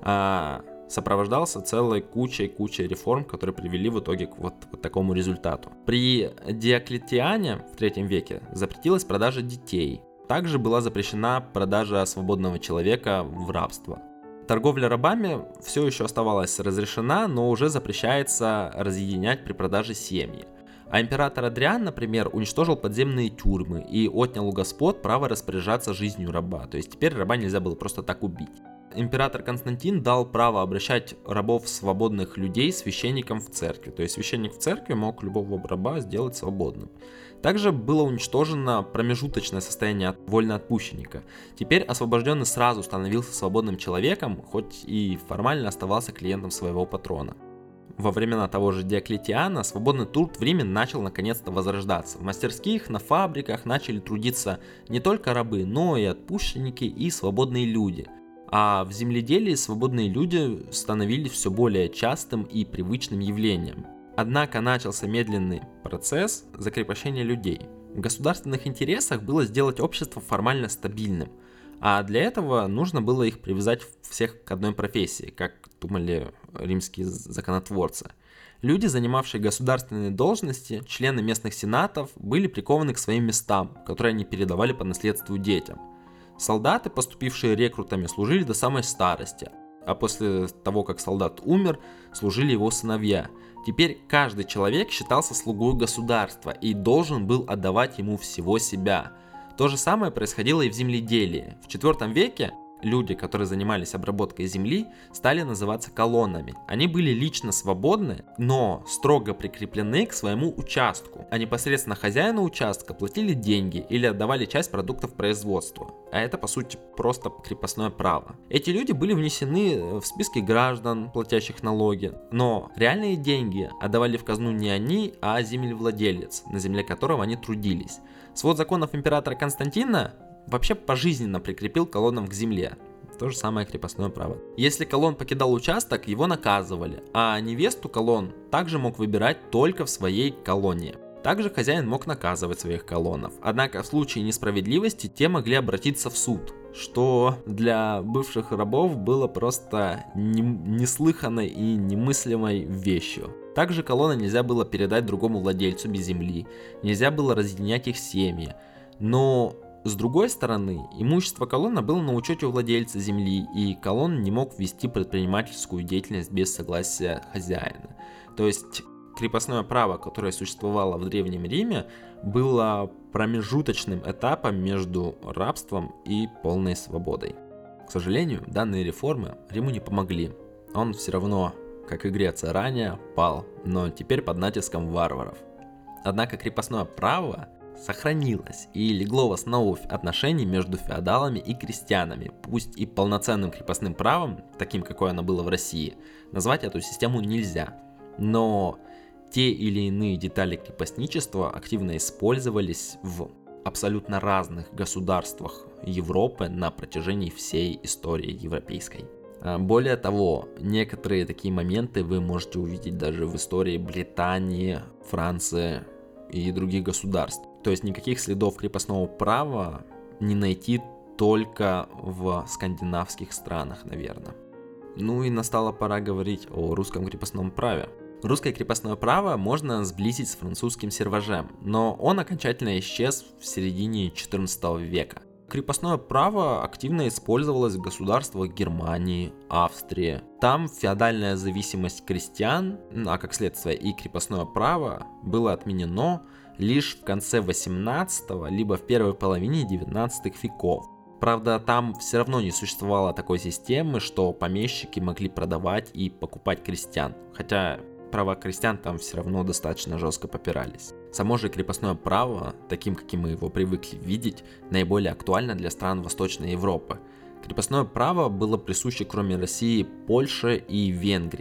S1: а сопровождался целой кучей-кучей реформ, которые привели в итоге к вот, вот такому результату. При Диоклетиане в третьем веке запретилась продажа детей. Также была запрещена продажа свободного человека в рабство. Торговля рабами все еще оставалась разрешена, но уже запрещается разъединять при продаже семьи. А император Адриан, например, уничтожил подземные тюрьмы и отнял у господ право распоряжаться жизнью раба. То есть теперь раба нельзя было просто так убить. Император Константин дал право обращать рабов свободных людей священникам в церкви. То есть священник в церкви мог любого раба сделать свободным. Также было уничтожено промежуточное состояние вольноотпущенника. Теперь освобожденный сразу становился свободным человеком, хоть и формально оставался клиентом своего патрона. Во времена того же Диоклетиана свободный труд в Риме начал наконец-то возрождаться. В мастерских, на фабриках начали трудиться не только рабы, но и отпущенники и свободные люди. А в земледелии свободные люди становились все более частым и привычным явлением. Однако начался медленный процесс закрепощения людей. В государственных интересах было сделать общество формально стабильным, а для этого нужно было их привязать всех к одной профессии, как думали римские законотворцы. Люди, занимавшие государственные должности, члены местных сенатов, были прикованы к своим местам, которые они передавали по наследству детям. Солдаты, поступившие рекрутами, служили до самой старости, а после того, как солдат умер, служили его сыновья. Теперь каждый человек считался слугой государства и должен был отдавать ему всего себя. То же самое происходило и в земледелии. В четвёртом веке люди, которые занимались обработкой земли, стали называться колоннами. Они были лично свободны, но строго прикреплены к своему участку, а непосредственно хозяину участка платили деньги или отдавали часть продуктов производства. А это, по сути, просто крепостное право. Эти люди были внесены в списки граждан, платящих налоги, но реальные деньги отдавали в казну не они, а землевладелец, на земле которого они трудились. Свод законов императора Константина вообще пожизненно прикрепил колоннам к земле. То же самое крепостное право. Если колон покидал участок, его наказывали, а невесту колон также мог выбирать только в своей колонии. Также хозяин мог наказывать своих колонов. Однако в случае несправедливости те могли обратиться в суд, что для бывших рабов было просто неслыханной и немыслимой вещью. Также колонны нельзя было передать другому владельцу без земли, нельзя было разъединять их семьи. Но с другой стороны, имущество колонна было на учете у владельца земли, и колонн не мог вести предпринимательскую деятельность без согласия хозяина. То есть крепостное право, которое существовало в Древнем Риме, было промежуточным этапом между рабством и полной свободой. К сожалению, данные реформы Риму не помогли. Он все равно, как и Греция ранее, пал, но теперь под натиском варваров. Однако крепостное право сохранилось и легло в основу отношений между феодалами и крестьянами. Пусть и полноценным крепостным правом, таким какое оно было в России, назвать эту систему нельзя. Но те или иные детали крепостничества активно использовались в абсолютно разных государствах Европы на протяжении всей истории европейской. Более того, некоторые такие моменты вы можете увидеть даже в истории Британии, Франции и других государств. То есть никаких следов крепостного права не найти только в скандинавских странах, наверное. Ну и настала пора говорить о русском крепостном праве. Русское крепостное право можно сблизить с французским серважем, но он окончательно исчез в середине четырнадцатого века. Крепостное право активно использовалось в государствах Германии, Австрии. Там феодальная зависимость крестьян, а как следствие и крепостное право, было отменено лишь в конце восемнадцатого либо в первой половине девятнадцатого веков. Правда, там все равно не существовало такой системы, что помещики могли продавать и покупать крестьян, хотя права крестьян там все равно достаточно жестко попирались. Само же крепостное право, таким, каким мы его привыкли видеть, наиболее актуально для стран Восточной Европы. Крепостное право было присуще, кроме России, Польше и Венгрии.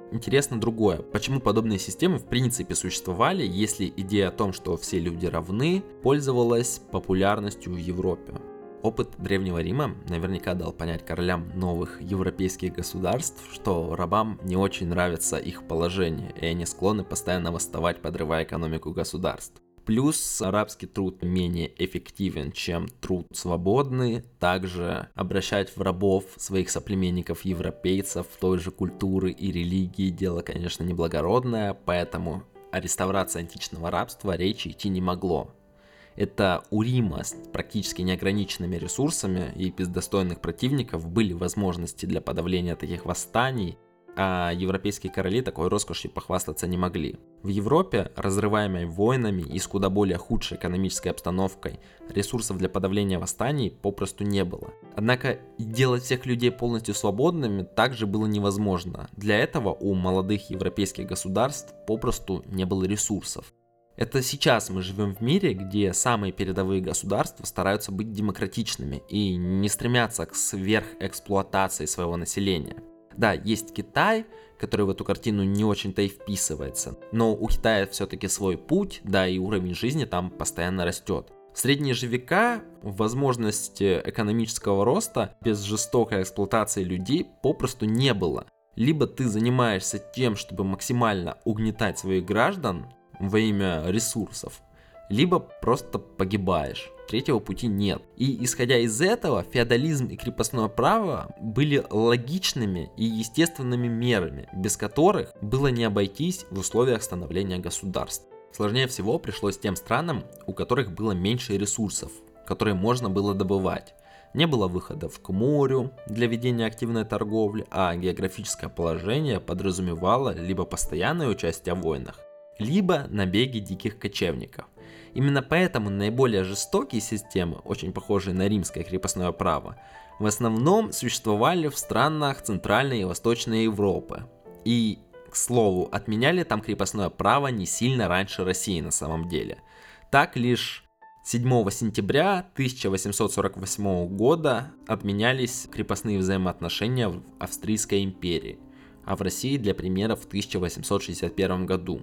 S1: Интересно другое. Почему подобные системы в принципе существовали, если идея о том, что все люди равны, пользовалась популярностью в Европе? Опыт Древнего Рима наверняка дал понять королям новых европейских государств, что рабам не очень нравится их положение, и они склонны постоянно восставать, подрывая экономику государств. Плюс арабский труд менее эффективен, чем труд свободный. Также обращать в рабов своих соплеменников-европейцев той же культуры и религии дело, конечно, неблагородное, поэтому о реставрации античного рабства речи идти не могло. Это у Рима с практически неограниченными ресурсами и без достойных противников были возможности для подавления таких восстаний, а европейские короли такой роскошью похвастаться не могли. В Европе, разрываемой войнами и с куда более худшей экономической обстановкой, ресурсов для подавления восстаний попросту не было. Однако делать всех людей полностью свободными также было невозможно. Для этого у молодых европейских государств попросту не было ресурсов. Это сейчас мы живем в мире, где самые передовые государства стараются быть демократичными и не стремятся к сверхэксплуатации своего населения. Да, есть Китай, который в эту картину не очень-то и вписывается, но у Китая все-таки свой путь, да и уровень жизни там постоянно растет. В средние же века возможности экономического роста без жестокой эксплуатации людей попросту не было. Либо ты занимаешься тем, чтобы максимально угнетать своих граждан во имя ресурсов, либо просто погибаешь. Третьего пути нет. И исходя из этого, феодализм и крепостное право были логичными и естественными мерами, без которых было не обойтись в условиях становления государств. Сложнее всего пришлось тем странам, у которых было меньше ресурсов, которые можно было добывать. Не было выходов к морю для ведения активной торговли, а географическое положение подразумевало либо постоянное участие в войнах, либо набеги диких кочевников. Именно поэтому наиболее жестокие системы, очень похожие на римское крепостное право, в основном существовали в странах Центральной и Восточной Европы. И, к слову, отменяли там крепостное право не сильно раньше России на самом деле. Так лишь седьмого сентября тысяча восемьсот сорок восьмого года отменялись крепостные взаимоотношения в Австрийской империи, а в России, для примера, в тысяча восемьсот шестьдесят первом году.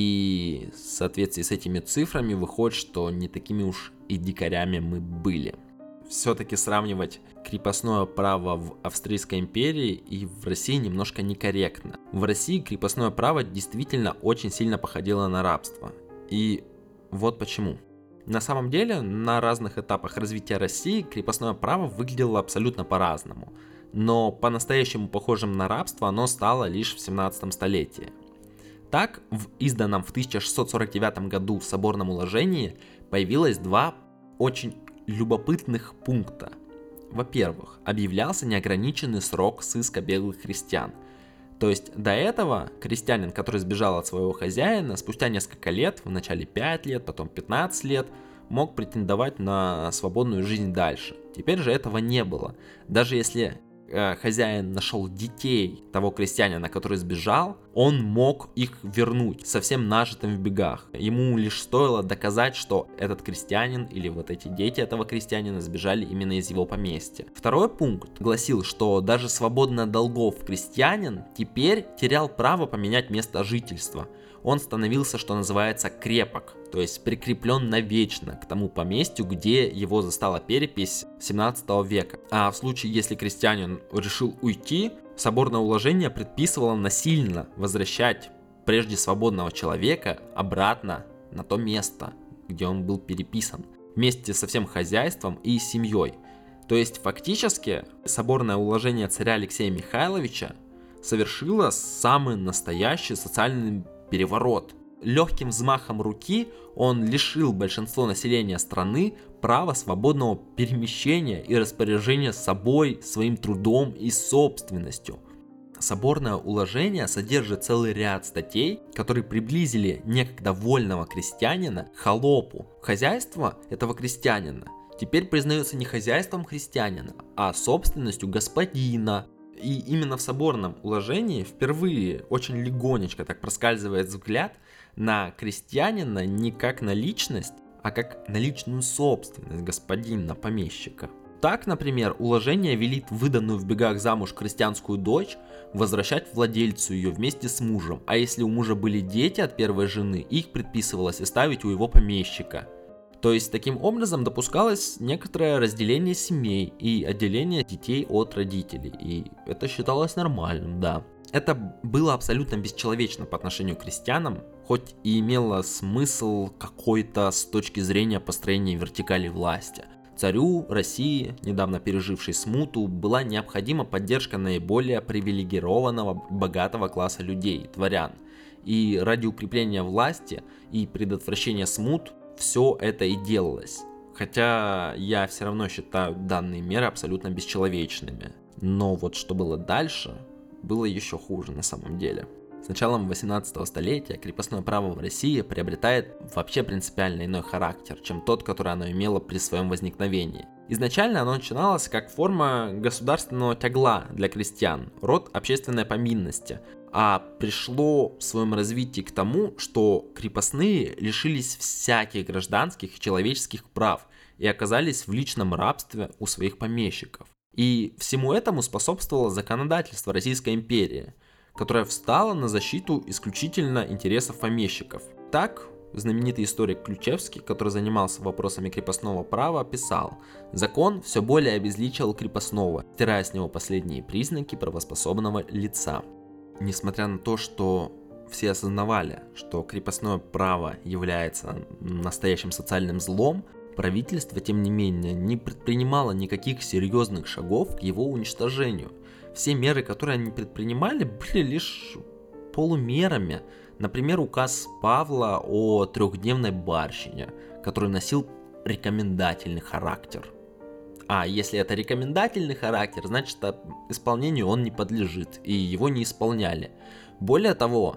S1: И в соответствии с этими цифрами выходит, что не такими уж и дикарями мы были. Все-таки сравнивать крепостное право в Австрийской империи и в России немножко некорректно. В России крепостное право действительно очень сильно походило на рабство. И вот почему. На самом деле, на разных этапах развития России крепостное право выглядело абсолютно по-разному. Но по-настоящему похожим на рабство оно стало лишь в семнадцатом столетии. Так, в изданном в тысяча шестьсот сорок девятом году в соборном уложении появилось два очень любопытных пункта. Во-первых, объявлялся неограниченный срок сыска беглых крестьян. То есть до этого крестьянин, который сбежал от своего хозяина, спустя несколько лет, вначале пять лет, потом пятнадцать лет, мог претендовать на свободную жизнь дальше. Теперь же этого не было. Даже если хозяин нашел детей того крестьянина, который сбежал, он мог их вернуть со всем нажитым в бегах. Ему лишь стоило доказать, что этот крестьянин или вот эти дети этого крестьянина сбежали именно из его поместья. Второй пункт гласил, что даже свободно от долгов крестьянин теперь терял право поменять место жительства. Он становился, что называется, крепок, то есть прикреплен навечно к тому поместью, где его застала перепись семнадцатого века. А в случае, если крестьянин решил уйти, соборное уложение предписывало насильно возвращать прежде свободного человека обратно на то место, где он был переписан, вместе со всем хозяйством и семьей. То есть фактически соборное уложение царя Алексея Михайловича совершило самый настоящий социальный переворот. Легким взмахом руки он лишил большинство населения страны права свободного перемещения и распоряжения собой, своим трудом и собственностью. Соборное уложение содержит целый ряд статей, которые приблизили некогда вольного крестьянина к холопу. Хозяйство этого крестьянина теперь признается не хозяйством крестьянина, а собственностью господина. И именно в соборном уложении впервые очень легонечко так проскальзывает взгляд на крестьянина не как на личность, а как на личную собственность господина-помещика. Так, например, уложение велит выданную в бегах замуж крестьянскую дочь возвращать владельцу ее вместе с мужем, а если у мужа были дети от первой жены, их предписывалось оставить у его помещика. То есть таким образом допускалось некоторое разделение семей и отделение детей от родителей, и это считалось нормальным, да. Это было абсолютно бесчеловечно по отношению к крестьянам, хоть и имело смысл какой-то с точки зрения построения вертикали власти. Царю России, недавно пережившей смуту, была необходима поддержка наиболее привилегированного богатого класса людей, дворян. И ради укрепления власти и предотвращения смут все это и делалось. Хотя я все равно считаю данные меры абсолютно бесчеловечными. Но вот что было дальше, было еще хуже на самом деле. С началом восемнадцатого столетия крепостное право в России приобретает вообще принципиально иной характер, чем тот, который оно имело при своем возникновении. Изначально оно начиналось как форма государственного тягла для крестьян, род общественной повинности, а пришло в своем развитии к тому, что крепостные лишились всяких гражданских и человеческих прав и оказались в личном рабстве у своих помещиков. И всему этому способствовало законодательство Российской империи, которая встала на защиту исключительно интересов помещиков. Так, знаменитый историк Ключевский, который занимался вопросами крепостного права, писал: «Закон все более обезличивал крепостного, стирая с него последние признаки правоспособного лица». Несмотря на то, что все осознавали, что крепостное право является настоящим социальным злом, правительство, тем не менее, не предпринимало никаких серьезных шагов к его уничтожению. Все меры, которые они предпринимали, были лишь полумерами. Например, указ Павла о трехдневной барщине, который носил рекомендательный характер. А если это рекомендательный характер, значит, исполнению он не подлежит, и его не исполняли. Более того,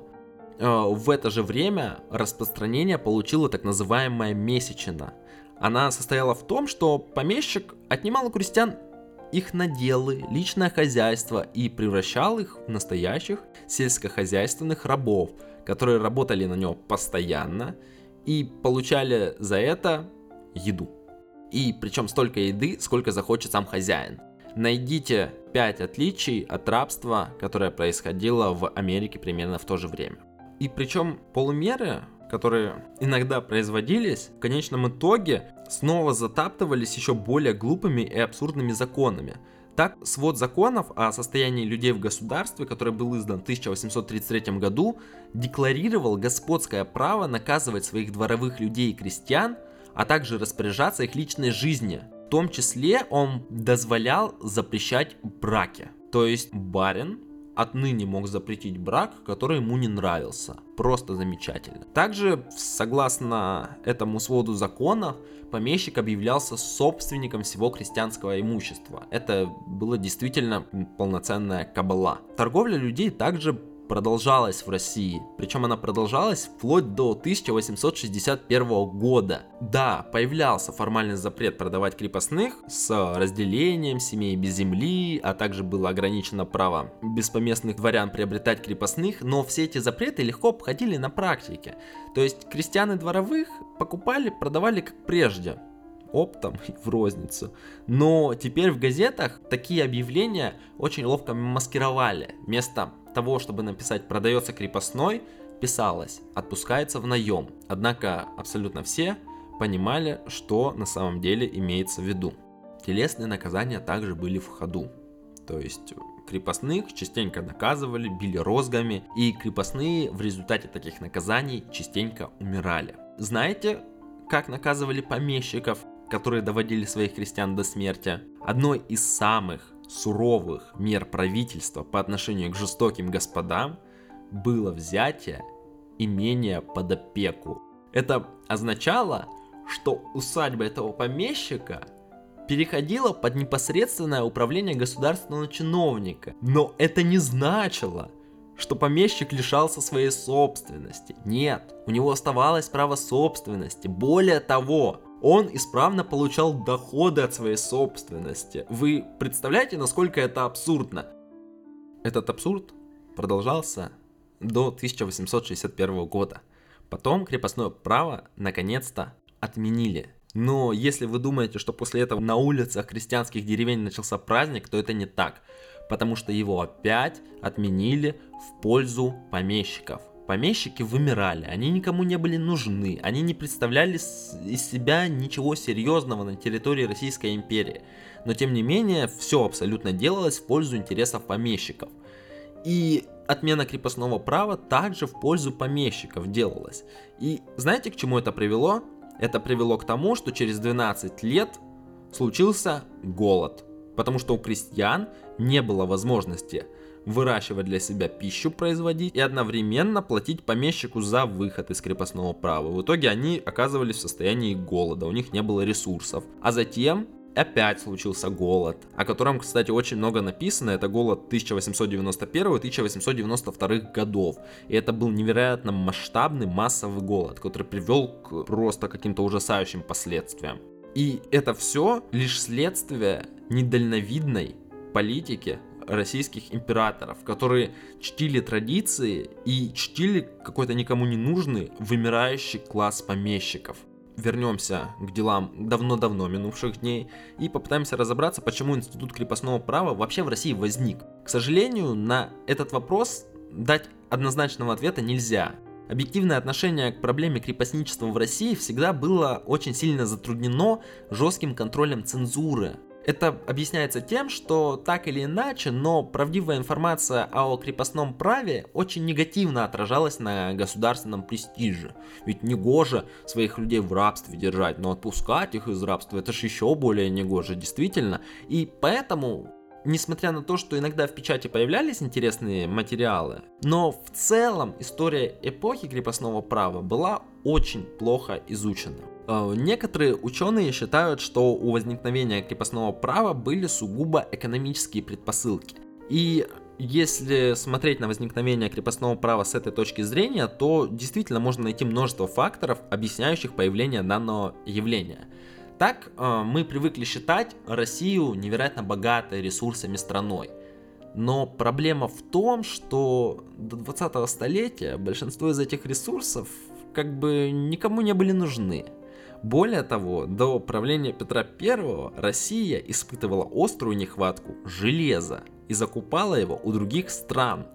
S1: в это же время распространение получила так называемая месячина. Она состояла в том, что помещик отнимал у крестьян их наделы, личное хозяйство и превращал их в настоящих сельскохозяйственных рабов, которые работали на него постоянно и получали за это еду. И причем столько еды, сколько захочет сам хозяин. Найдите пять отличий от рабства, которое происходило в Америке примерно в то же время. И причем полумеры, которые иногда производились, в конечном итоге снова затаптывались еще более глупыми и абсурдными законами. Так, свод законов о состоянии людей в государстве, который был издан в тысяча восемьсот тридцать третьем году, декларировал господское право наказывать своих дворовых людей и крестьян, а также распоряжаться их личной жизнью. В том числе он дозволял запрещать браки. То есть барин отныне мог запретить брак, который ему не нравился. Просто замечательно. Также, согласно этому своду законов, помещик объявлялся собственником всего крестьянского имущества. Это было действительно полноценная кабала. Торговля людей также продолжалась в России, причем она продолжалась вплоть до тысяча восемьсот шестьдесят первого года. Да, появлялся формальный запрет продавать крепостных с разделением семей без земли, а также было ограничено право беспоместных дворян приобретать крепостных, но все эти запреты легко обходили на практике. То есть крестьян и дворовых покупали, продавали как прежде, оптом и в розницу. Но теперь в газетах такие объявления очень ловко маскировали. Вместо того, чтобы написать «продается крепостной», писалось «отпускается в наем». Однако абсолютно все понимали, что на самом деле имеется в виду. Телесные наказания также были в ходу. То есть крепостных частенько наказывали, били розгами, и крепостные в результате таких наказаний частенько умирали. Знаете, как наказывали помещиков, которые доводили своих крестьян до смерти? Одной из самых суровых мер правительства по отношению к жестоким господам было взятие имения под опеку. Это означало, что усадьба этого помещика переходила под непосредственное управление государственного чиновника. Но это не значило, что помещик лишался своей собственности. Нет, у него оставалось право собственности. Более того, он исправно получал доходы от своей собственности. Вы представляете, насколько это абсурдно? Этот абсурд продолжался до тысяча восемьсот шестьдесят первого года. Потом крепостное право наконец-то отменили. Но если вы думаете, что после этого на улицах крестьянских деревень начался праздник, то это не так. потому что его опять отменили в пользу помещиков. Помещики вымирали, они никому не были нужны, они не представляли из себя ничего серьезного на территории Российской империи. Но тем не менее, все абсолютно делалось в пользу интересов помещиков. И отмена крепостного права также в пользу помещиков делалась. И знаете, к чему это привело? Это привело к тому, что через двенадцать лет случился голод. Потому что у крестьян не было возможности выращивать для себя пищу, производить и одновременно платить помещику за выход из крепостного права. В итоге они оказывались в состоянии голода, у них не было ресурсов. А затем опять случился голод, о котором, кстати, очень много написано. Это голод тысяча восемьсот девяносто первого - тысяча восемьсот девяносто второго годов. И это был невероятно масштабный массовый голод, который привел к просто каким-то ужасающим последствиям. И это все лишь следствие недальновидной политики российских императоров, которые чтили традиции и чтили какой-то никому не нужный вымирающий класс помещиков. Вернемся к делам давно-давно минувших дней и попытаемся разобраться, почему институт крепостного права вообще в России возник. К сожалению, на этот вопрос дать однозначного ответа нельзя. Объективное отношение к проблеме крепостничества в России всегда было очень сильно затруднено жестким контролем цензуры. Это объясняется тем, что так или иначе, но правдивая информация о крепостном праве очень негативно отражалась на государственном престиже. Ведь негоже своих людей в рабстве держать, но отпускать их из рабства — это же еще более негоже, действительно. И поэтому, несмотря на то, что иногда в печати появлялись интересные материалы, но в целом история эпохи крепостного права была очень плохо изучена. Некоторые ученые считают, что у возникновения крепостного права были сугубо экономические предпосылки. И если смотреть на возникновение крепостного права с этой точки зрения, то действительно можно найти множество факторов, объясняющих появление данного явления. Так мы привыкли считать Россию невероятно богатой ресурсами страной. Но проблема в том, что до двадцатого столетия большинство из этих ресурсов как бы никому не были нужны. Более того, до правления Петра Первого Россия испытывала острую нехватку железа и закупала его у других стран.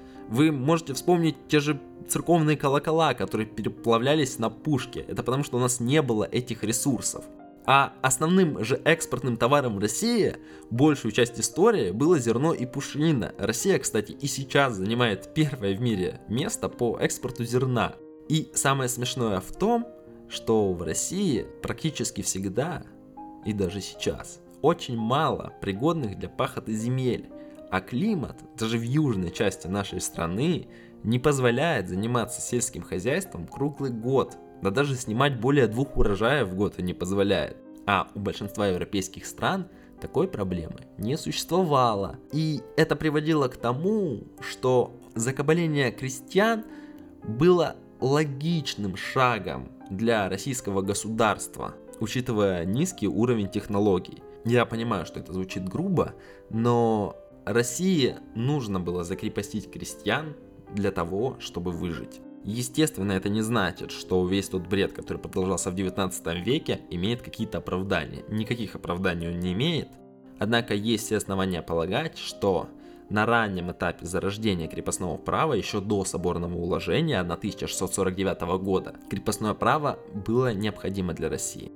S1: Вы можете вспомнить те же церковные колокола, которые переплавлялись на пушке. Это потому, что у нас не было этих ресурсов. А основным же экспортным товаром в России большую часть истории было зерно и пушнина. Россия, кстати, и сейчас занимает первое в мире место по экспорту зерна. И самое смешное в том, что в России практически всегда, и даже сейчас, очень мало пригодных для пахоты земель, а климат, даже в южной части нашей страны, не позволяет заниматься сельским хозяйством круглый год, да даже снимать более двух урожаев в год и не позволяет. А у большинства европейских стран такой проблемы не существовало. И это приводило к тому, что закабаление крестьян было логичным шагом для российского государства, учитывая низкий уровень технологий. Я понимаю, что это звучит грубо, но России нужно было закрепостить крестьян для того, чтобы выжить. Естественно, это не значит, что весь тот бред, который продолжался в девятнадцатом веке, имеет какие-то оправдания. Никаких оправданий он не имеет. Однако есть все основания полагать, что на раннем этапе зарождения крепостного права, еще до соборного уложения тысяча шестьсот сорок девятого года, крепостное право было необходимо для России.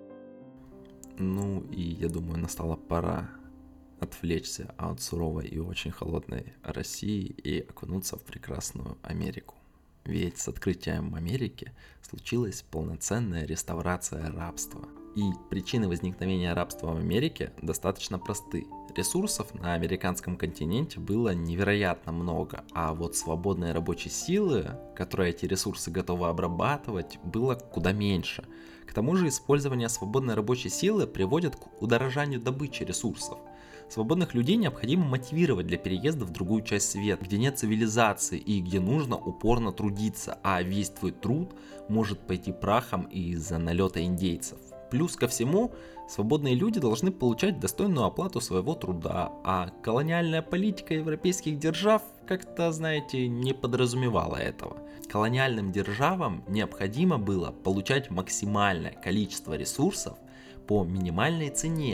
S1: Ну и я думаю, настала пора отвлечься от суровой и очень холодной России и окунуться в прекрасную Америку. Ведь с открытием Америки случилась полноценная реставрация рабства. И причины возникновения рабства в Америке достаточно просты. Ресурсов на американском континенте было невероятно много, а вот свободной рабочей силы, которая эти ресурсы готова обрабатывать, было куда меньше. К тому же использование свободной рабочей силы приводит к удорожанию добычи ресурсов. Свободных людей необходимо мотивировать для переезда в другую часть света, где нет цивилизации и где нужно упорно трудиться, а весь твой труд может пойти прахом из-за налета индейцев. Плюс ко всему, свободные люди должны получать достойную оплату своего труда, а колониальная политика европейских держав как-то, знаете, не подразумевала этого. Колониальным державам необходимо было получать максимальное количество ресурсов по минимальной цене,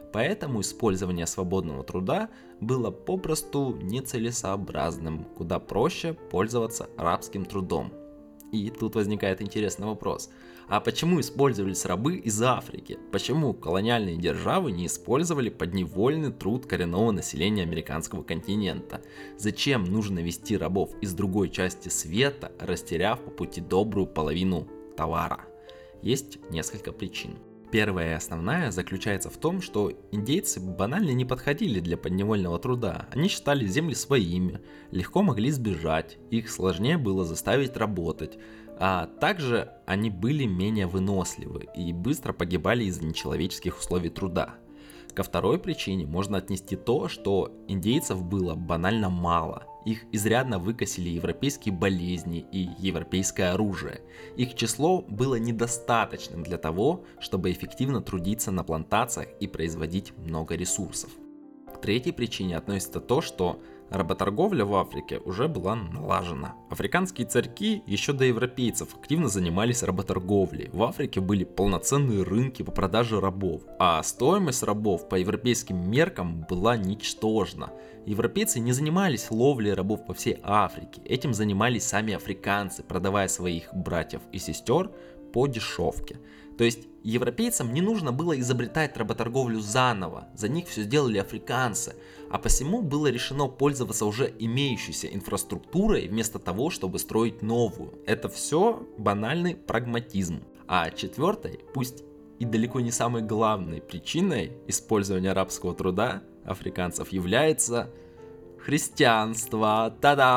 S1: Поэтому использование свободного труда было попросту нецелесообразным, куда проще пользоваться рабским трудом. И тут возникает интересный вопрос. А почему использовались рабы из Африки? Почему колониальные державы не использовали подневольный труд коренного населения американского континента? Зачем нужно вести рабов из другой части света, растеряв по пути добрую половину товара? Есть несколько причин. Первая и основная заключается в том, что индейцы банально не подходили для подневольного труда. Они считали земли своими, легко могли сбежать, их сложнее было заставить работать, а также они были менее выносливы и быстро погибали из-за нечеловеческих условий труда. Ко второй причине можно отнести то, что индейцев было банально мало. Их изрядно выкосили европейские болезни и европейское оружие. Их число было недостаточным для того, чтобы эффективно трудиться на плантациях и производить много ресурсов. К третьей причине относится то, что работорговля в Африке уже была налажена. Африканские царьки еще до европейцев активно занимались работорговлей. В Африке были полноценные рынки по продаже рабов, а стоимость рабов по европейским меркам была ничтожна. Европейцы не занимались ловлей рабов по всей Африке, этим занимались сами африканцы, продавая своих братьев и сестер по дешевке. То есть европейцам не нужно было изобретать работорговлю заново, за них все сделали африканцы, а посему было решено пользоваться уже имеющейся инфраструктурой вместо того, чтобы строить новую. Это все банальный прагматизм. А четвертой, пусть и далеко не самой главной причиной использования рабского труда африканцев является христианство.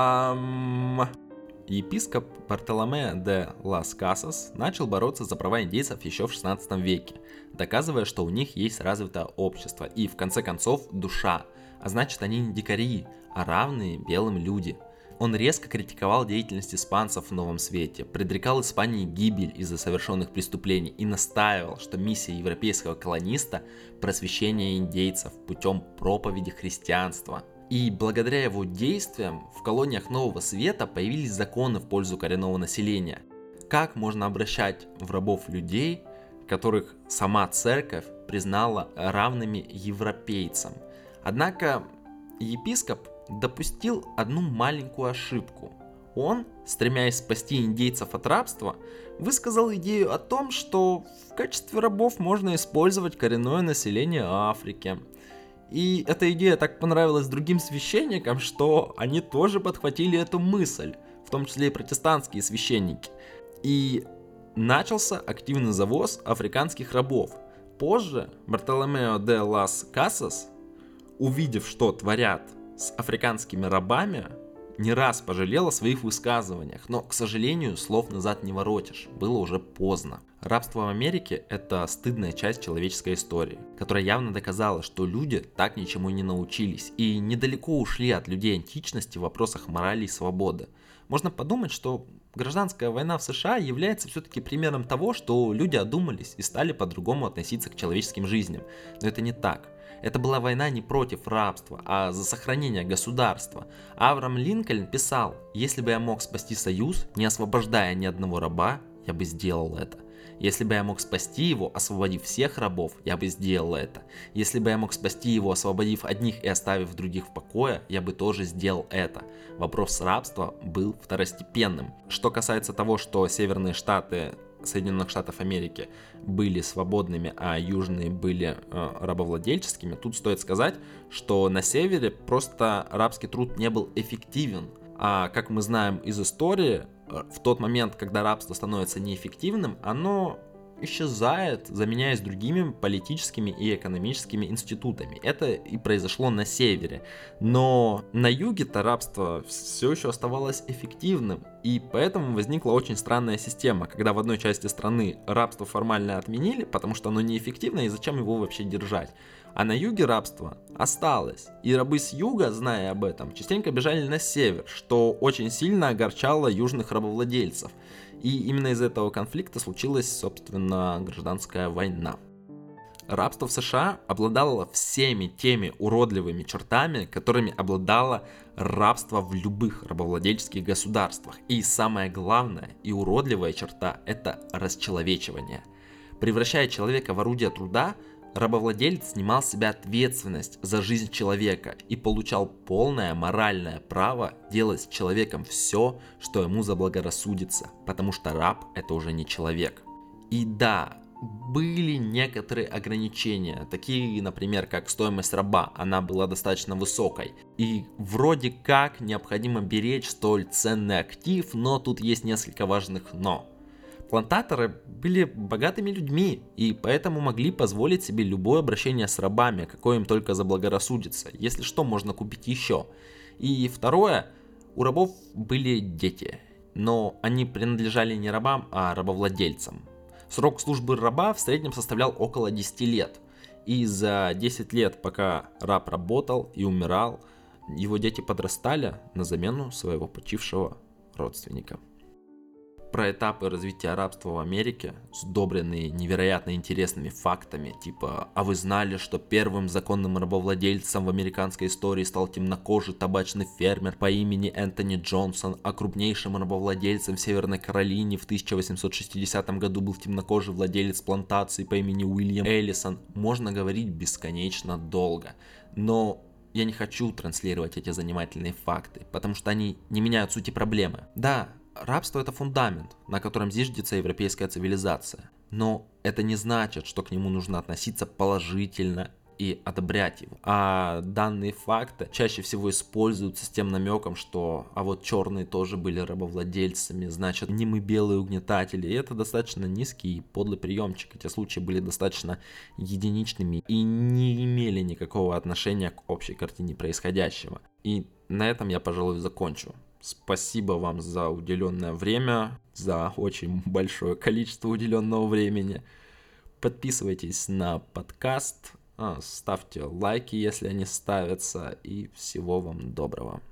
S1: Та-дам! Епископ Бартоломе де лас Касас начал бороться за права индейцев еще в шестнадцатом веке, доказывая, что у них есть развитое общество и, в конце концов, душа, а значит, они не дикари, а равные белым люди. Он резко критиковал деятельность испанцев в Новом Свете, предрекал Испании гибель из-за совершенных преступлений и настаивал, что миссия европейского колониста – просвещение индейцев путем проповеди христианства. И благодаря его действиям в колониях Нового Света появились законы в пользу коренного населения. Как можно обращать в рабов людей, которых сама церковь признала равными европейцам? Однако епископ допустил одну маленькую ошибку. Он, стремясь спасти индейцев от рабства, высказал идею о том, что в качестве рабов можно использовать коренное население Африки. И эта идея так понравилась другим священникам, что они тоже подхватили эту мысль, в том числе и протестантские священники. И начался активный завоз африканских рабов. Позже Бартоломео де лас Касас, увидев, что творят с африканскими рабами, не раз пожалел о своих высказываниях, но, к сожалению, слов назад не воротишь, было уже поздно. Рабство в Америке – это стыдная часть человеческой истории, которая явно доказала, что люди так ничему и не научились и недалеко ушли от людей античности в вопросах морали и свободы. Можно подумать, что гражданская война в США является все-таки примером того, что люди одумались и стали по-другому относиться к человеческим жизням, но это не так. Это была война не против рабства, а за сохранение государства. Авраам Линкольн писал: «Если бы я мог спасти Союз, не освобождая ни одного раба, я бы сделал это. Если бы я мог спасти его, освободив всех рабов, я бы сделал это. Если бы я мог спасти его, освободив одних и оставив других в покое, я бы тоже сделал это». Вопрос рабства был второстепенным. Что касается того, что северные штаты Соединенных Штатов Америки были свободными, а южные были э, рабовладельческими, тут стоит сказать, что на севере просто рабский труд не был эффективен. А как мы знаем из истории, в тот момент, когда рабство становится неэффективным, оно исчезает, заменяясь другими политическими и экономическими институтами. Это и произошло на севере. Но на юге-то рабство все еще оставалось эффективным. И поэтому возникла очень странная система, когда в одной части страны рабство формально отменили, потому что оно неэффективно, и зачем его вообще держать. А на юге рабство осталось. И рабы с юга, зная об этом, частенько бежали на север, что очень сильно огорчало южных рабовладельцев. И именно из этого конфликта случилась, собственно, гражданская война. Рабство в США обладало всеми теми уродливыми чертами, которыми обладало рабство в любых рабовладельческих государствах. И самая главная и уродливая черта – это расчеловечивание. Превращая человека в орудие труда, Рабовладелец снимал с себя ответственность за жизнь человека и получал полное моральное право делать с человеком все, что ему заблагорассудится, потому что раб – это уже не человек. И да, были некоторые ограничения, такие, например, как стоимость раба, она была достаточно высокой. И вроде как необходимо беречь столь ценный актив, но тут есть несколько важных «но». Плантаторы были богатыми людьми и поэтому могли позволить себе любое обращение с рабами, какое им только заблагорассудится. Если что, можно купить еще. И второе, у рабов были дети, но они принадлежали не рабам, а рабовладельцам. Срок службы раба в среднем составлял около десять лет. И за десять лет, пока раб работал и умирал, его дети подрастали на замену своего почившего родственника. Про этапы развития рабства в Америке, сдобренные невероятно интересными фактами, типа «А вы знали, что первым законным рабовладельцем в американской истории стал темнокожий табачный фермер по имени Энтони Джонсон, а крупнейшим рабовладельцем в Северной Каролине в тысяча восемьсот шестидесятом году был темнокожий владелец плантации по имени Уильям Эллисон». Можно говорить бесконечно долго, но я не хочу транслировать эти занимательные факты, потому что они не меняют сути проблемы. Да, рабство – это фундамент, на котором зиждется европейская цивилизация. Но это не значит, что к нему нужно относиться положительно и одобрять его. А данные факты чаще всего используются с тем намеком, что а вот черные тоже были рабовладельцами, значит не мы белые угнетатели. И это достаточно низкий и подлый приемчик. Эти случаи были достаточно единичными и не имели никакого отношения к общей картине происходящего. И на этом я, пожалуй, закончу. Спасибо вам за уделенное время, за очень большое количество уделенного времени. Подписывайтесь на подкаст, ставьте лайки, если они ставятся, и всего вам доброго.